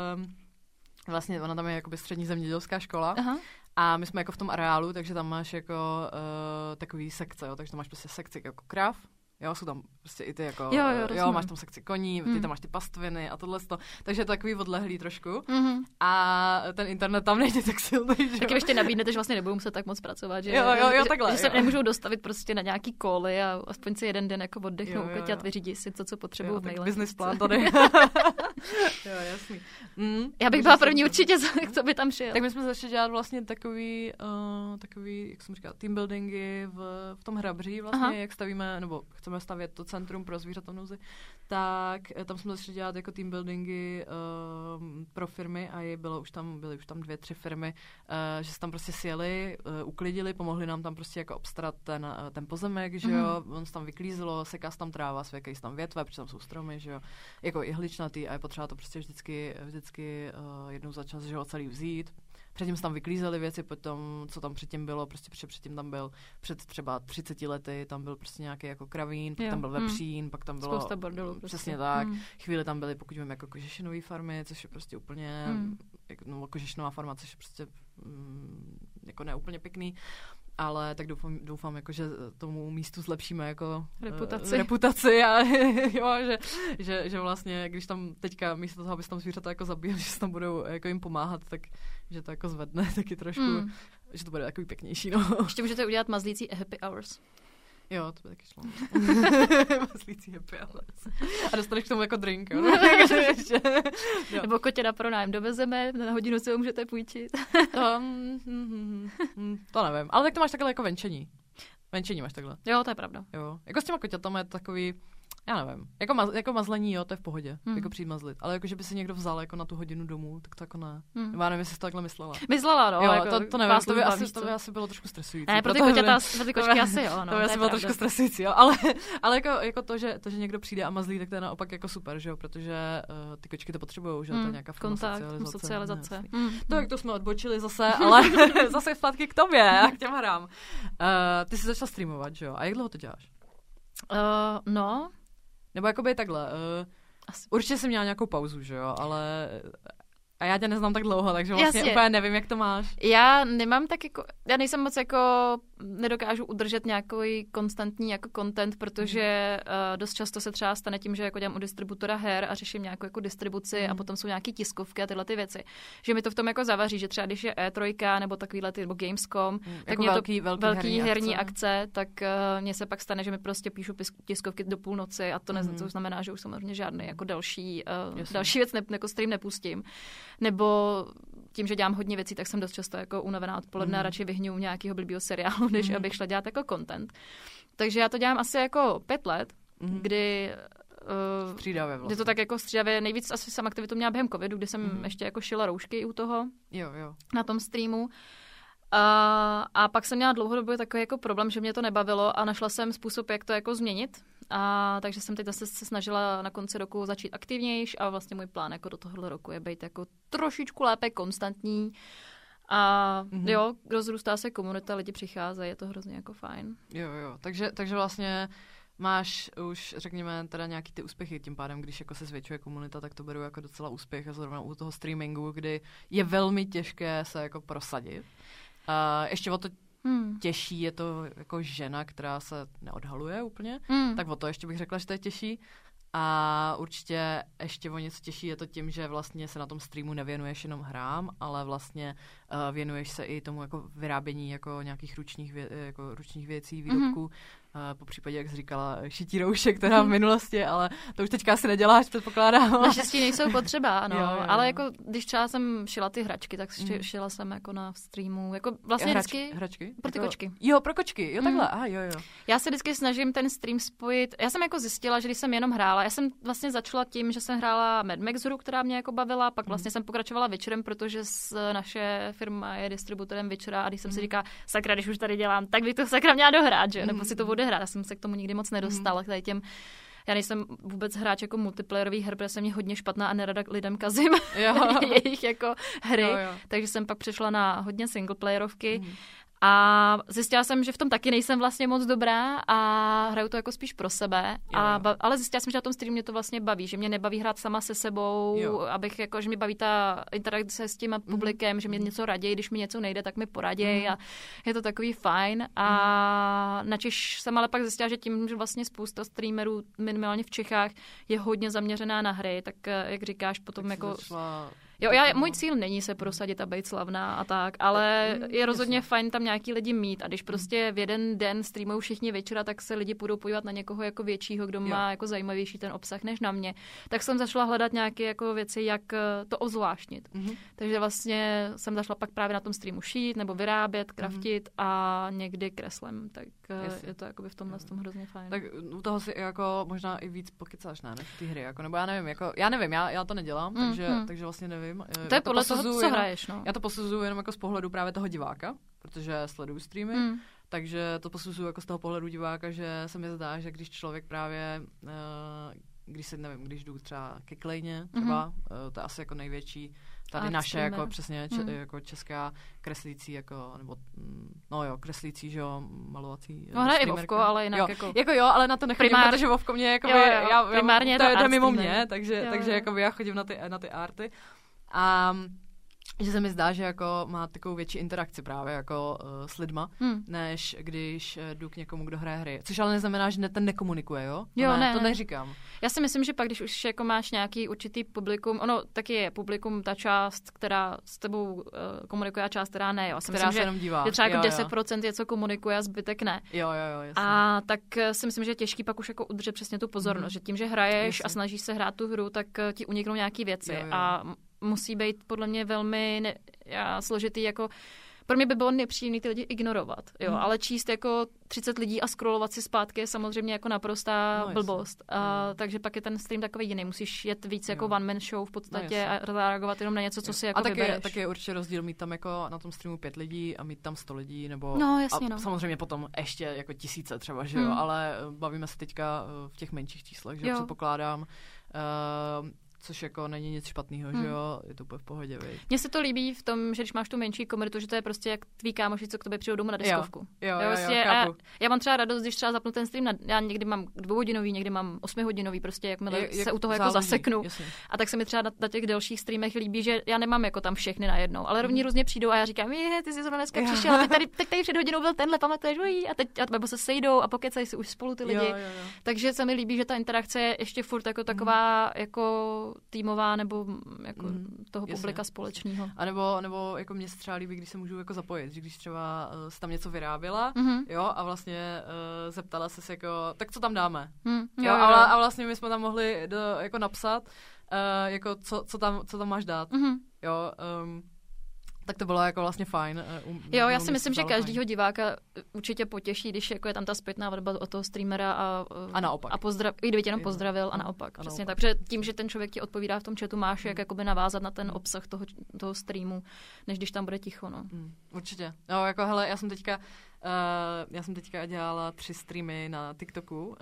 vlastně ona tam je jakoby střední zemědělská škola. Aha. A my jsme jako v tom areálu, takže tam máš jako takový sekce, jo, takže tam máš prostě sekci jako krav. Jo, jsou tam prostě i ty jako, jo, máš tam sekci koní, ty tam máš ty pastviny a tohle. Takže je to takový odlehlý trošku. A ten internet tam není tak silný, že jo. Taky ještě nabídnete, že vlastně nebudou muset tak moc pracovat, že, jo, takhle, že se nemůžou dostavit prostě na nějaký koly a aspoň si jeden den jako oddechnou, koťat, vyřídí si to, co potřebují v mailech. Business plán tady. Jo, jasný. Já bych byla první určitě, co by tam šel. Tak my jsme začali dělat vlastně takový, jak jsem říkala, team buildingy v tom Hrabří vlastně, jak stavíme, nebo chceme stavět to centrum pro zvířata v nouzi, tak tam jsme začali dělat jako team buildingy pro firmy a byly už tam 2-3 firmy, že se tam prostě sjeli, uklidili, pomohli nám tam prostě jako obstarat ten pozemek, že jo, on se tam vyklízelo, seká se tam tráva, svěkají se tam větve, protože tam jsou stromy, že jo, jako jehličnatý a je potřeba to prostě vždycky jednou za čas, že jo, celý vzít. Předtím se tam vyklízeli věci, potom, co tam předtím bylo, prostě předtím tam byl, před třeba 30 lety, tam byl prostě nějaký jako kravín, pak tam byl vepřín, pak tam bylo... Spousta bordelu. Přesně tak. Chvíli tam byly, pokud vím, jako kožešinové farmy, což je prostě úplně, no, kožešinová farma, což je prostě jako neúplně pěkný. Ale tak doufám jako, že tomu místu zlepšíme jako reputaci a jo, že vlastně, když tam teďka místo toho, aby se tam zvířata jako zabíjeli, že se tam budou jako jim pomáhat, tak že to jako zvedne taky trošku, že to bude takový pěknější, no. Ještě můžete udělat mazlící happy hours. Jo, to by taky šlo. Mazlící happy hours. A dostaneš k tomu jako drink, jo. Nebo kotě na pronájem dovezeme, na hodinu si ho můžete půjčit. To nevím, ale tak to máš takhle jako venčení. Venčení máš takhle. Jo, to je pravda. Jo, jako s těma koťatama je to takový, já nevím, jako mazlení, jo, to je v pohodě, jako přijít mazlit, ale jako, že by si někdo vzal jako na tu hodinu domů, tak to jako ne. Já nevím, jestli jsi to takhle myslela. Myslela, no. Jo, jako, to nevím, to by asi bylo trošku stresující. Ne, pro ty koťata, pro ty kočky asi jo, no. To by asi bylo trošku stresující, jo, ale jako to, že někdo přijde a mazlí, tak to je naopak jako super, že jo, protože ty kočky to potřebujou, že to je nějaká forma socializace. To, jak to jsme odbočili zase, ale zase zpátky k tobě a k těm hrám. Ty jsi začala streamovat, že jo, a jak dlouho to děláš? No, nebo jakoby takhle, určitě jsem měla nějakou pauzu, že jo, ale a já tě neznám tak dlouho, takže vlastně úplně nevím, jak to máš. Já nemám tak jako, já nejsem moc jako, nedokážu udržet nějaký konstantní jako content, protože dost často se třeba stane tím, že jako dělám u distributora her a řeším nějakou jako distribuci a potom jsou nějaký tiskovky a tyhle ty věci. Že mi to v tom jako zavaří, že třeba když je E3 nebo takovýhle ty, nebo Gamescom, tak jako mě velký herní akce, tak mně se pak stane, že mi prostě píšu tiskovky do půlnoci a to to znamená, že už samozřejmě žádný jako další věc jako stream nepustím. Nebo tím, že dělám hodně věcí, tak jsem dost často jako unavená odpoledne a radši vyhňu nějakého blbýho seriálu, než abych šla dělat jako content. Takže já to dělám asi jako 5 let, kdy střídavě vlastně. Je to tak jako střídavě. Nejvíc asi jsem aktivitu měla během covidu, kdy jsem ještě jako šila roušky u toho na tom streamu. A pak jsem měla dlouhodobě takový jako problém, že mě to nebavilo a našla jsem způsob, jak to jako změnit. Takže jsem teď zase se snažila na konci roku začít aktivnější a vlastně můj plán jako do tohohle roku je být jako trošičku lépe konstantní. A jo, rozrůstá se komunita, lidi přicházejí, je to hrozně jako fajn. Jo, takže vlastně máš už, řekněme, teda nějaký ty úspěchy, tím pádem, když jako se zvětšuje komunita, tak to beru jako docela úspěch a zrovna u toho streamingu, kdy je velmi těžké se jako prosadit. Ještě o to těžší je to jako žena, která se neodhaluje úplně, tak o to ještě bych řekla, že to je těžší. A určitě ještě o něco těžší je to tím, že vlastně se na tom streamu nevěnuješ jenom hrám, ale vlastně věnuješ se i tomu jako vyrábění jako nějakých ručních věcí, výrobků. Po případě, jak jsi říkala, šití roušek teda v minulosti, ale to už teďka si neděláš, předpokládám. Naštěstí nejsou potřeba, ano. Jo. Ale jako, když třeba jsem šila ty hračky, tak šila jsem jako na streamu. Jako vlastně hračky? Pro ty kočky. Jo, pro kočky. Jo, takhle. Jo. Já se vždycky snažím ten stream spojit. Já jsem jako zjistila, že když jsem jenom hrála, já jsem vlastně začala tím, že jsem hrála Mad Max hru, která mě jako bavila, pak vlastně jsem pokračovala Witcherem, protože naše firma je distributorem Witchera a když jsem si říkala, sakra, když už tady dělám, tak bych to sakra měla dohrát, že? Nebo si to odehrát. Já jsem se k tomu nikdy moc nedostala, k těm. Já nejsem vůbec hráč jako multiplayerových her, protože jsem mě hodně špatná a nerada lidem kazím jejich jako hry. Jo. Takže jsem pak přešla na hodně singleplayerovky. A zjistila jsem, že v tom taky nejsem vlastně moc dobrá a hraju to jako spíš pro sebe. Ale zjistila jsem, že na tom streamu mě to vlastně baví, že mě nebaví hrát sama se sebou, abych jako, že mě baví ta interakce s tím publikem, že mě něco raději, když mi něco nejde, tak mi poraděj a je to takový fajn. A načež jsem ale pak zjistila, že tím, že vlastně spousta streamerů, minimálně v Čechách, je hodně zaměřená na hry, tak jak říkáš, potom tak jako... Jo, můj cíl není se prosadit a být slavná a tak, ale je rozhodně fajn tam nějaký lidi mít a když prostě v jeden den streamují všichni večera, tak se lidi půjdou podívat na někoho jako většího, kdo má jako zajímavější ten obsah než na mě. Tak jsem začala hledat nějaké jako věci, jak to ozvláštnit. Takže vlastně jsem začala pak právě na tom streamu šít nebo vyrábět, kraftit a někdy kreslem, tak je to jakoby v tomhle tom hrozně fajn. Tak u toho si jako možná i víc pokecáš, ne? Ty hry, jako, nebo já nevím, já to nedělám, takže vlastně nevím. To je podle toho, co hraješ, no. Já to posuzuju jenom jako z pohledu právě toho diváka, protože sleduju streamy, takže to posuzuju jako z toho pohledu diváka, že se mi zdá, že když člověk právě, když jdu třeba ke Klejně, třeba, to je asi jako největší tady naše, jako přesně jako česká kreslící, jako, nebo, kreslící, že jo, malovací. No hraje i Vovko, ale jinak jo, ale na to nechodím, protože Vovko mě, jako primárně to jde mimo mě, takže jako já chodím na ty arty. A že se mi zdá, že jako má takovou větší interakci právě jako s lidma, než když jdu k někomu, kdo hraje hry. Což ale neznamená, že ten nekomunikuje, jo? To neříkám. Já si myslím, že pak, když už jako máš nějaký určitý publikum, ono taky je publikum ta část, která s tebou komunikuje a část, která ne, jo. Která se jenom dívá. Je třeba jako 10% je, co komunikuje a zbytek ne. Jo, jasně. A tak si myslím, že je těžký pak už jako udržet přesně tu pozornost, že tím, že hraješ a snažíš se hrát tu hru, tak ti uniknou nějaký věci. A musí být podle mě velmi složitý, jako pro mě by bylo nepříjemné ty lidi ignorovat, jo, ale číst jako 30 lidí a scrollovat si zpátky je samozřejmě jako naprostá blbost. Takže pak je ten stream takový jiný, musíš jet víc jako one man show v podstatě a reagovat jenom na něco, co si jako vybereš. A taky je určitě rozdíl mít tam jako na tom streamu 5 lidí a mít tam 100 lidí, nebo samozřejmě potom ještě jako tisíce třeba, že jo, ale bavíme se teďka v těch menších číslech, že předpokládám. Což jako není nic špatného, že jo, je to úplně v pohodě, viď? Mně se to líbí v tom, že když máš tu menší komunitu, že to je prostě jak tví kámoši, co k tobě přijdou domů na diskovku. Jo, já mám třeba radost, když třeba zapnu ten stream, já někdy mám 2hodinový, někdy mám 8hodinový, prostě jakmile se u toho jako zaseknu. Jasně. A tak se mi třeba na těch delších streamech líbí, že já nemám jako tam všechny najednou, ale rovně různě přijdou a já říkám, ty jsi zrovna dneska přišel, a teď tady před hodinou byl tenhle, pamatuješ, a teď nebo se sejdou a pokecají si už spolu ty lidi. Takže se mi líbí, že ta interakce je ještě furt jako taková jako týmová nebo jako toho publika společného. A nebo jako mě se třeba líbí, když se můžu jako zapojit, že když třeba jsi tam něco vyráběla, jo, a vlastně zeptala se jako, tak co tam dáme? Jo. A vlastně my jsme tam mohli jako napsat, jako co tam máš dát. Jo, Tak to bylo jako vlastně fajn. Jo, já si myslím, že každýho diváka určitě potěší, když jako je tam ta zpětná vazba od toho streamera a naopak. I kdyby tě jenom pozdravil a naopak. Přesně tak, protože tím, že ten člověk ti odpovídá v tom chatu, máš jak jakoby navázat na ten obsah toho streamu, než když tam bude ticho, no. Určitě. No, jako hele, já jsem teďka dělala 3 streamy na TikToku.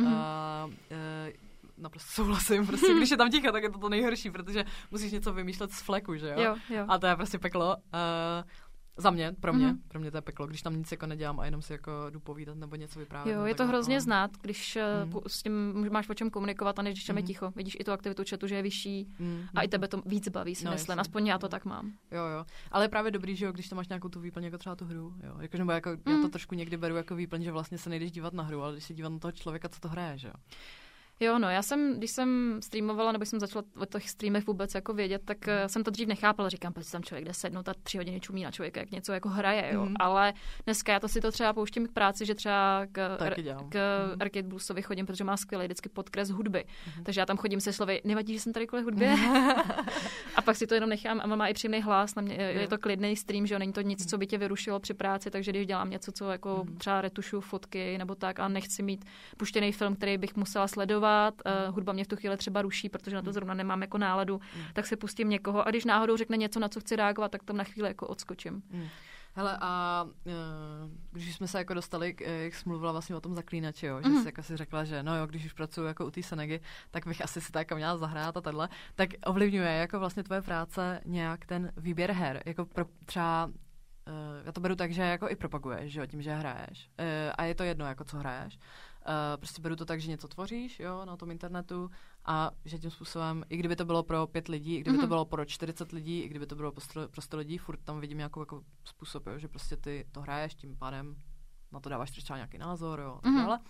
Naprosto souhlasím, prostě když je tam ticho, tak je to nejhorší, protože musíš něco vymýšlet z fleku, že jo? Jo. A to je prostě peklo. Za mě, pro mě to je peklo, když tam nic jako nedělám a jenom si jako jdu povídat nebo něco vyprávět. Jo, je to hrozně znát, když s tím máš o čem komunikovat a než když tam je ticho. Vidíš i tu aktivitu chatu, že je vyšší a i tebe to víc baví, si myslím. Aspoň já to tak mám. Jo. Ale je právě dobrý, že jo, když tam máš nějakou tu výplň, jako třeba tu hru, jo. Nebo já to trošku někdy beru jako výplň, že vlastně se nejdeš dívat na hru, ale když se dívat na toho člověka, co to hraje, že jo. Jo, no, když jsem streamovala, nebo jsem začala o těch streamech vůbec jako vědět, tak jsem to dřív nechápala. Říkám, proč tam člověk jde sednout a 3 hodiny čumí na člověka, jak něco jako hraje, jo. Ale dneska já si to třeba pouštím k práci, že třeba k Arcade Bluesovi chodím, protože má skvělý vždycky podkres hudby. Takže já tam chodím se slovy, nevadí, že jsem tady kvůli hudbě. A pak si to jenom nechám a má i příjemný hlas, na mě, je to klidný stream, že jo, není to nic, co by tě vyrušilo při práci, takže když dělám něco, co jako třeba retušuju fotky nebo tak a nechci mít puštěný film, který bych musela sledovat. Hudba mě v tu chvíli třeba ruší, protože na to zrovna nemám jako náladu, tak si pustím někoho a když náhodou řekne něco, na co chci reagovat, tak tam na chvíli jako odskočím. Hele, a když jsme se jako dostali, jak jsi mluvila vlastně o tom Zaklínači, jo, že jsi jako si řekla, že no jo, když už pracuji jako u té Senegy, tak bych asi si to jako měla zahrát a takhle, tak ovlivňuje jako vlastně tvoje práce nějak ten výběr her, jako třeba já to beru tak, že jako i propaguješ, že jo, tím, že hraješ. A je to jedno, jako co hraješ. Prostě beru to tak, že něco tvoříš, jo, na tom internetu a že tím způsobem, i kdyby to bylo pro 5 lidí, i kdyby to bylo pro 40 lidí, i kdyby to bylo pro 100 lidí, furt tam vidím nějakou jako způsob, jo, že prostě ty to hraješ, tím pádem na to dáváš třeba nějaký názor, jo, tak dále.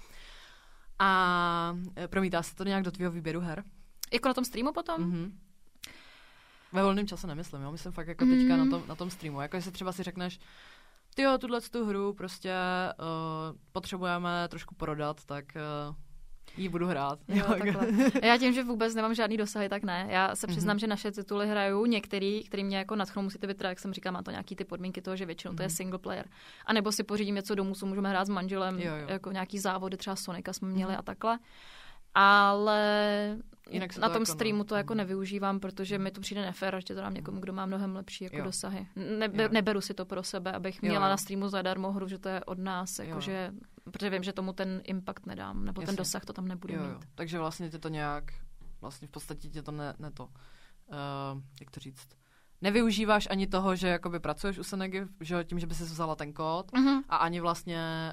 A promítá se to nějak do tvýho výběru her? Jako na tom streamu potom? Ve volném čase nemyslím, jo, myslím fakt jako teďka na tom streamu, jako jestli třeba si řekneš, tyjo, tu hru prostě potřebujeme trošku prodat, tak ji budu hrát. Jo, já tím, že vůbec nemám žádný dosahy, tak ne. Já se přiznám, že naše tituly hraju některý, který mě jako nadchnou, musíte vytrát, jak jsem říkala, má to nějaký ty podmínky toho, že většinou to je single player. A nebo si pořídím něco domů, co můžeme hrát s manželem, jako nějaký závody, třeba Sonika jsme měli a takhle. Ale na tom streamu to jako nevyužívám, protože mi to přijde nefér, že to dám někomu, kdo má mnohem lepší jako dosahy. Neberu si to pro sebe, abych měla na streamu zadarmo hru, že to je od nás, jakože, protože vím, že tomu ten impact nedám, nebo ten dosah to tam nebudu mít. Takže vlastně tě to nějak, vlastně v podstatě tě to jak to říct, nevyužíváš ani toho, že jakoby pracuješ u Senegy, že tím, že by si vzala ten kód a ani vlastně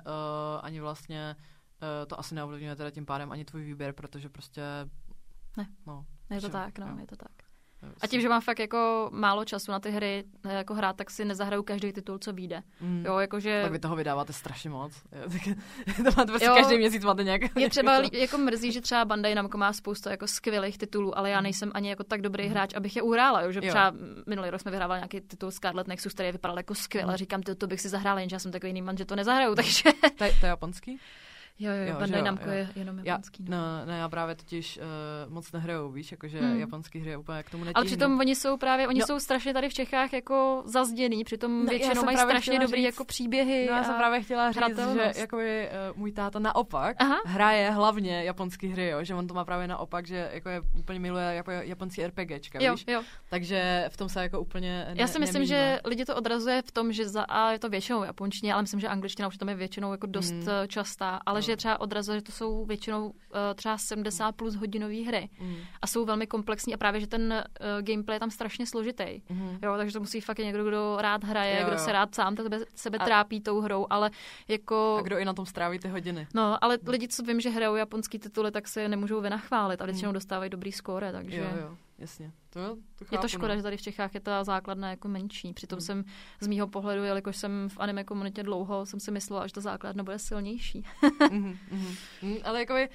to asi neovlivňuje teda tím pádem ani tvůj výběr, protože prostě... Ne, je to tak. A tím, že mám fakt jako málo času na ty hry jako hrát, tak si nezahraju každý titul, co vyjde. Jo, jakože... Tak vy toho vydáváte strašně moc. To máte prostě každý měsíc máte nějak... Mě třeba jako mrzí, že třeba Bandai Namco má spoustu jako skvělých titulů, ale já nejsem ani jako tak dobrý hráč, abych je uhrála. Jo? Že třeba minulý rok jsme vyhrávali nějaký titul Scarlet Nexus, který vypadal jako skvěle. Říkám, to bych si zahrála, jenže já jsem takový nejman, že to nezahraju, takže... To je japonský? Jo, Bandai Namco je jenom japonský. Já právě totiž moc nehrajou, víš, jakože japonský hry úplně k tomu netíhnu. Ale přitom oni jsou strašně tady v Čechách jako zazděný, přitom většinou mají strašně dobrý jako příběhy. Já jsem právě chtěla říct, že jakoby, můj táta naopak hraje hlavně japonský hry, jo, že on to má právě naopak, že jako je úplně miluje jako japonský RPGčka, víš. Jo. Takže v tom se jako úplně já si myslím, že lidi to odrazuje v tom, že je to většinou japonštině, ale myslím, že angličtina už tam je většinou jako dost častá, ale že třeba odrazuje, že to jsou většinou třeba 70 plus hodinové hry a jsou velmi komplexní a právě, že ten gameplay je tam strašně složitý. Jo, takže to musí fakt někdo, kdo rád hraje, kdo se rád sám sebe trápí tou hrou, ale jako... A kdo i na tom stráví ty hodiny. No, ale lidi, co vím, že hrajou japonský tituly, tak se nemůžou vynachválit a většinou dostávají dobrý skóre, takže... Jo. Jasně. To chápu, je to škoda, že tady v Čechách je ta základna jako menší. Přitom jsem z mýho pohledu, jelikož jsem v anime komunitě dlouho, jsem si myslela, že ta základna bude silnější. Ale jakoby...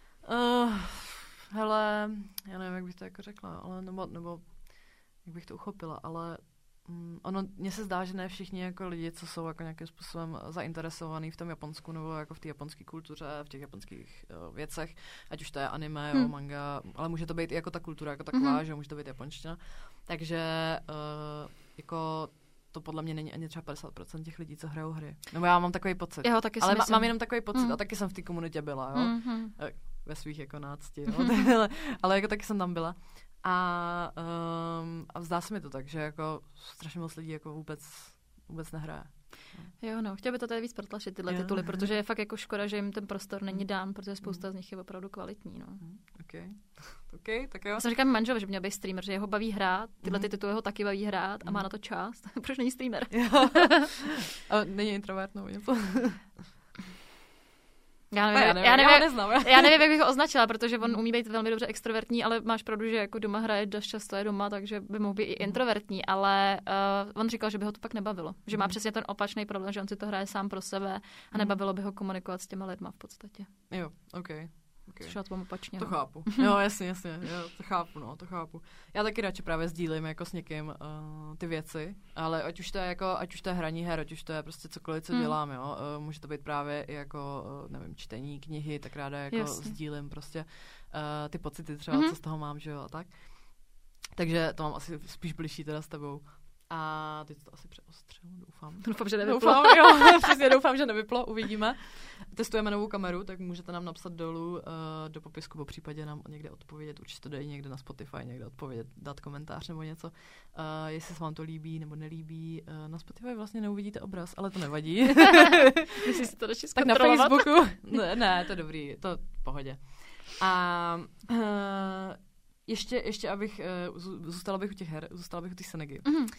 hele, já nevím, jak bych to jako řekla, ale nebo jak bych to uchopila, ale mně se zdá, že ne všichni jako lidi, co jsou jako nějakým způsobem zainteresovaný v tom Japonsku nebo jako v té japonské kultuře, v těch japonských věcech, ať už to je anime, manga, ale může to být i jako ta kultura jako taková, že může to být japonština. Takže jako to podle mě není ani třeba 50% těch lidí, co hrajou hry. No já mám takový pocit. Jo, taky ale mám jenom takový pocit a taky jsem v té komunitě byla, jo. Ve svých jako 11, jo. Ale jako taky jsem tam byla. A zdá se mi to tak, že jako strašně moc lidí jako vůbec nehraje. Jo, no, chtěl by to tady víc protlačit tyhle tituly, protože je fakt jako škoda, že jim ten prostor není dán, protože spousta z nich je opravdu kvalitní, no. OK, tak jo. Já jsem říkal manželovi, že měl být streamer, že jeho baví hrát, tyhle ty tituly ho taky baví hrát a má na to čas. Proč není streamer? A není introvert nebo něco? Já nevím, jak bych ho označila, protože on umí být velmi dobře extrovertní, ale máš pravdu, že jako doma hraje dost často je doma, takže by mohl být i introvertní, ale on říkal, že by ho to pak nebavilo. Že má přesně ten opačný problém, že on si to hraje sám pro sebe a nebavilo by ho komunikovat s těma lidma v podstatě. Jo, OK. Což já to mám opačně. To chápu. Jo, jasně, jo, to chápu. Já taky radši právě sdílím jako s někým ty věci, ale ať už to je hraní her, ať už to je prostě cokoliv, co dělám, jo. Může to být právě i jako, nevím, čtení knihy, tak ráda jako sdílím prostě ty pocity třeba, co z toho mám, že jo, a tak. Takže to mám asi spíš bližší teda s tebou. A teď to asi přeostřil, doufám. Doufám, že nevyplo. Doufám, že nevyplo, uvidíme. Testujeme novou kameru, tak můžete nám napsat dolů do popisku, po případě nám někde odpovědět, určitě to dají někde na Spotify, někde odpovědět, dát komentář nebo něco, jestli se vám to líbí nebo nelíbí. Na Spotify vlastně neuvidíte obraz, ale to nevadí. Myslíš si to ještě tak na Facebooku. Ne, to je dobrý, to v pohodě. A ještě abych, zůstala bych u těch her, zůstala bych u té Senegy.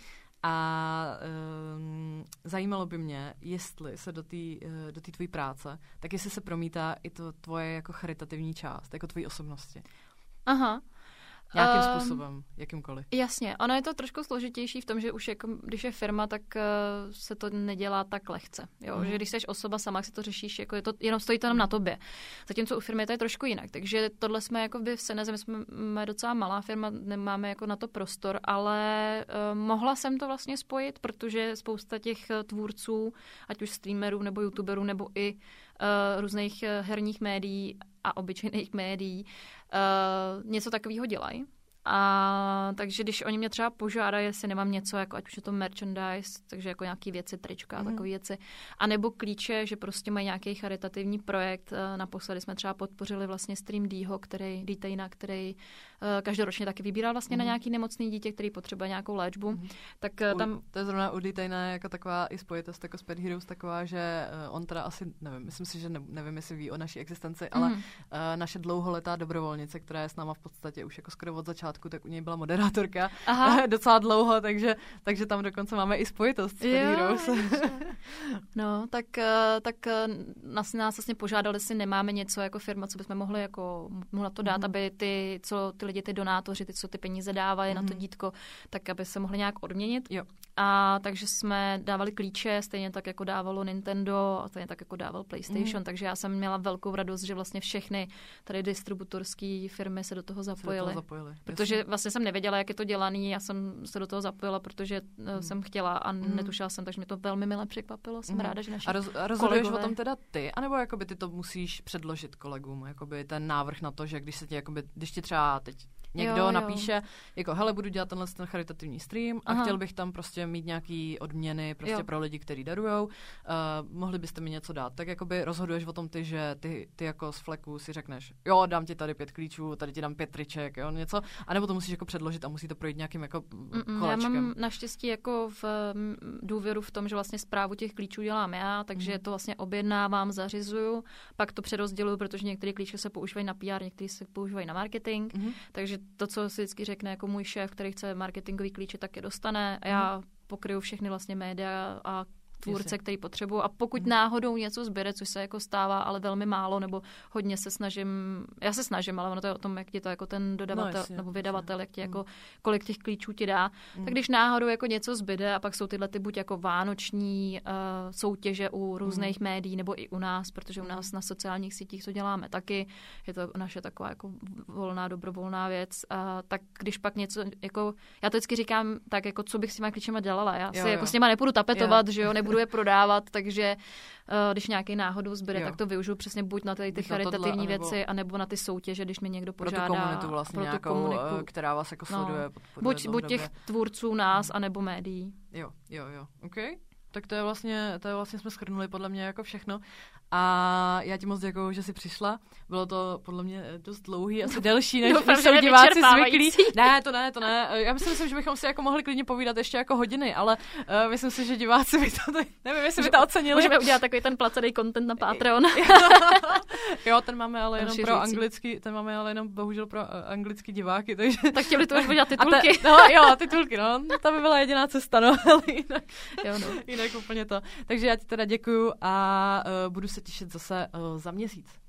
A zajímalo by mě, jestli se do té tvojí práce, tak jestli se promítá i to tvoje jako charitativní část, jako tvojí osobnosti. Aha. Nějakým způsobem, jakýmkoliv. Jasně, ono je to trošku složitější v tom, že už jako, když je firma, tak se to nedělá tak lehce. Jo? Že když jsi osoba sama, jak si to řešíš, jako je to, jenom stojí to jenom na tobě. Zatímco u firmy to je trošku jinak. Takže tohle jsme jako v Seneze, my jsme docela malá firma, nemáme jako na to prostor, ale mohla jsem to vlastně spojit, protože spousta těch tvůrců, ať už streamerů nebo youtuberů, nebo i různých herních médií a obyčejných médií něco takového dělají. A takže když oni mě třeba požádají, jestli nemám něco, jako ať už je to merchandise, takže jako nějaký věci, trička, takové věci, anebo klíče, že prostě mají nějaký charitativní projekt. Naposledy jsme třeba podpořili vlastně stream Dýho, který každoročně taky vybírá vlastně na nějaký nemocný dítě, který potřebuje nějakou léčbu. Tak tam... To je zrovna u Dejna jako taková i spojitost jako s Pet Heroes taková, že on teda asi, nevím, myslím si, že nevím, jestli ví o naší existenci, ale naše dlouholetá dobrovolnice, která je s náma v podstatě už jako skoro od začátku, tak u něj byla moderátorka docela dlouho, takže tam dokonce máme i spojitost s Pet Heroes. No, tak nás vlastně požádali, jestli nemáme něco jako firma, co bychom mohli na to dát, aby ty lidi, ty donátoři, co ty peníze dávají na to dítko, tak aby se mohli nějak odměnit. Jo. A takže jsme dávali klíče, stejně tak jako dávalo Nintendo a stejně tak jako dával PlayStation, takže já jsem měla velkou radost, že vlastně všechny tady distributorské firmy se do toho zapojily. Protože vlastně jsem nevěděla, jak je to dělaný, já jsem se do toho zapojila, protože jsem chtěla a netušila jsem, takže mě to velmi milé překvapilo. Jsem ráda, že naši rozhoduješ o tom teda ty, anebo jakoby ty to musíš předložit kolegům, jakoby ten návrh na to, že když ti třeba teď někdo napíše, jako hele, budu dělat ten charitativní stream a chtěl bych tam prostě mít nějaký odměny prostě pro lidi, kteří darujou, mohli byste mi něco dát. Tak jakoby rozhoduješ o tom ty, že ty jako z fleku si řekneš, jo, dám ti tady 5 klíčů, tady ti dám 5 triček, jo, něco, anebo to musíš jako předložit a musí to projít nějakým jako kolečkem. Já mám naštěstí jako v důvěru v tom, že vlastně správu těch klíčů dělám já, takže to vlastně objednávám, zařizuju, pak to přerozděluju, protože některé klíče se používají na PR, některé se používají na marketing, takže to, co si vždycky řekne jako můj šéf, který chce marketingový klíče, tak je dostane a já pokryju všechny vlastně média a tvůrce, který potřebuju. A pokud náhodou něco zbyde, což se jako stává, ale velmi málo, nebo hodně se snažím, já se snažím, ale ono to je o tom, jak ti to jako ten dodavatel nebo vydavatel, jak ti jako, kolik těch klíčů ti dá. Tak když náhodou jako něco zbyde a pak jsou tyhle ty buď jako vánoční soutěže u různých médií, nebo i u nás, protože u nás na sociálních sítích to děláme taky, je to naše taková jako volná, dobrovolná věc. Tak když pak něco, jako, já to vždycky říkám tak, jako co bych s těma klíčema dělala. Já si jako s těma nepůjdu tapetovat, že jo, nebudu budu je prodávat, takže když nějaký náhodou zbyde, tak to využiju přesně buď na ty charitativní věci, anebo na ty soutěže, když mě někdo požádá. Pro tu komunitu vlastně nějakou, která vás jako sleduje. Buď těch tvůrců nás, anebo médií. Jo, OK. Tak to je vlastně jsme shrnuli podle mě jako všechno. A já ti moc děkuju, že jsi přišla. Bylo to podle mě dost dlouhý, asi delší, než jsou diváci zvyklí. Ne, to ne. Já myslím, že bychom si jako mohli klidně povídat ještě jako hodiny, ale myslím si, že diváci by to, nevím, jestli by to ocenili. Můžeme udělat takový ten placený content na Patreon. Jo, ten máme ale jenom pro anglický, bohužel pro anglický diváky, takže... Tak chtěli to už udělat titulky. Titulky, to by byla jediná cesta, no, ale jinak úplně to. Takže já ti teda děkuju a budu se těšit zase za měsíc.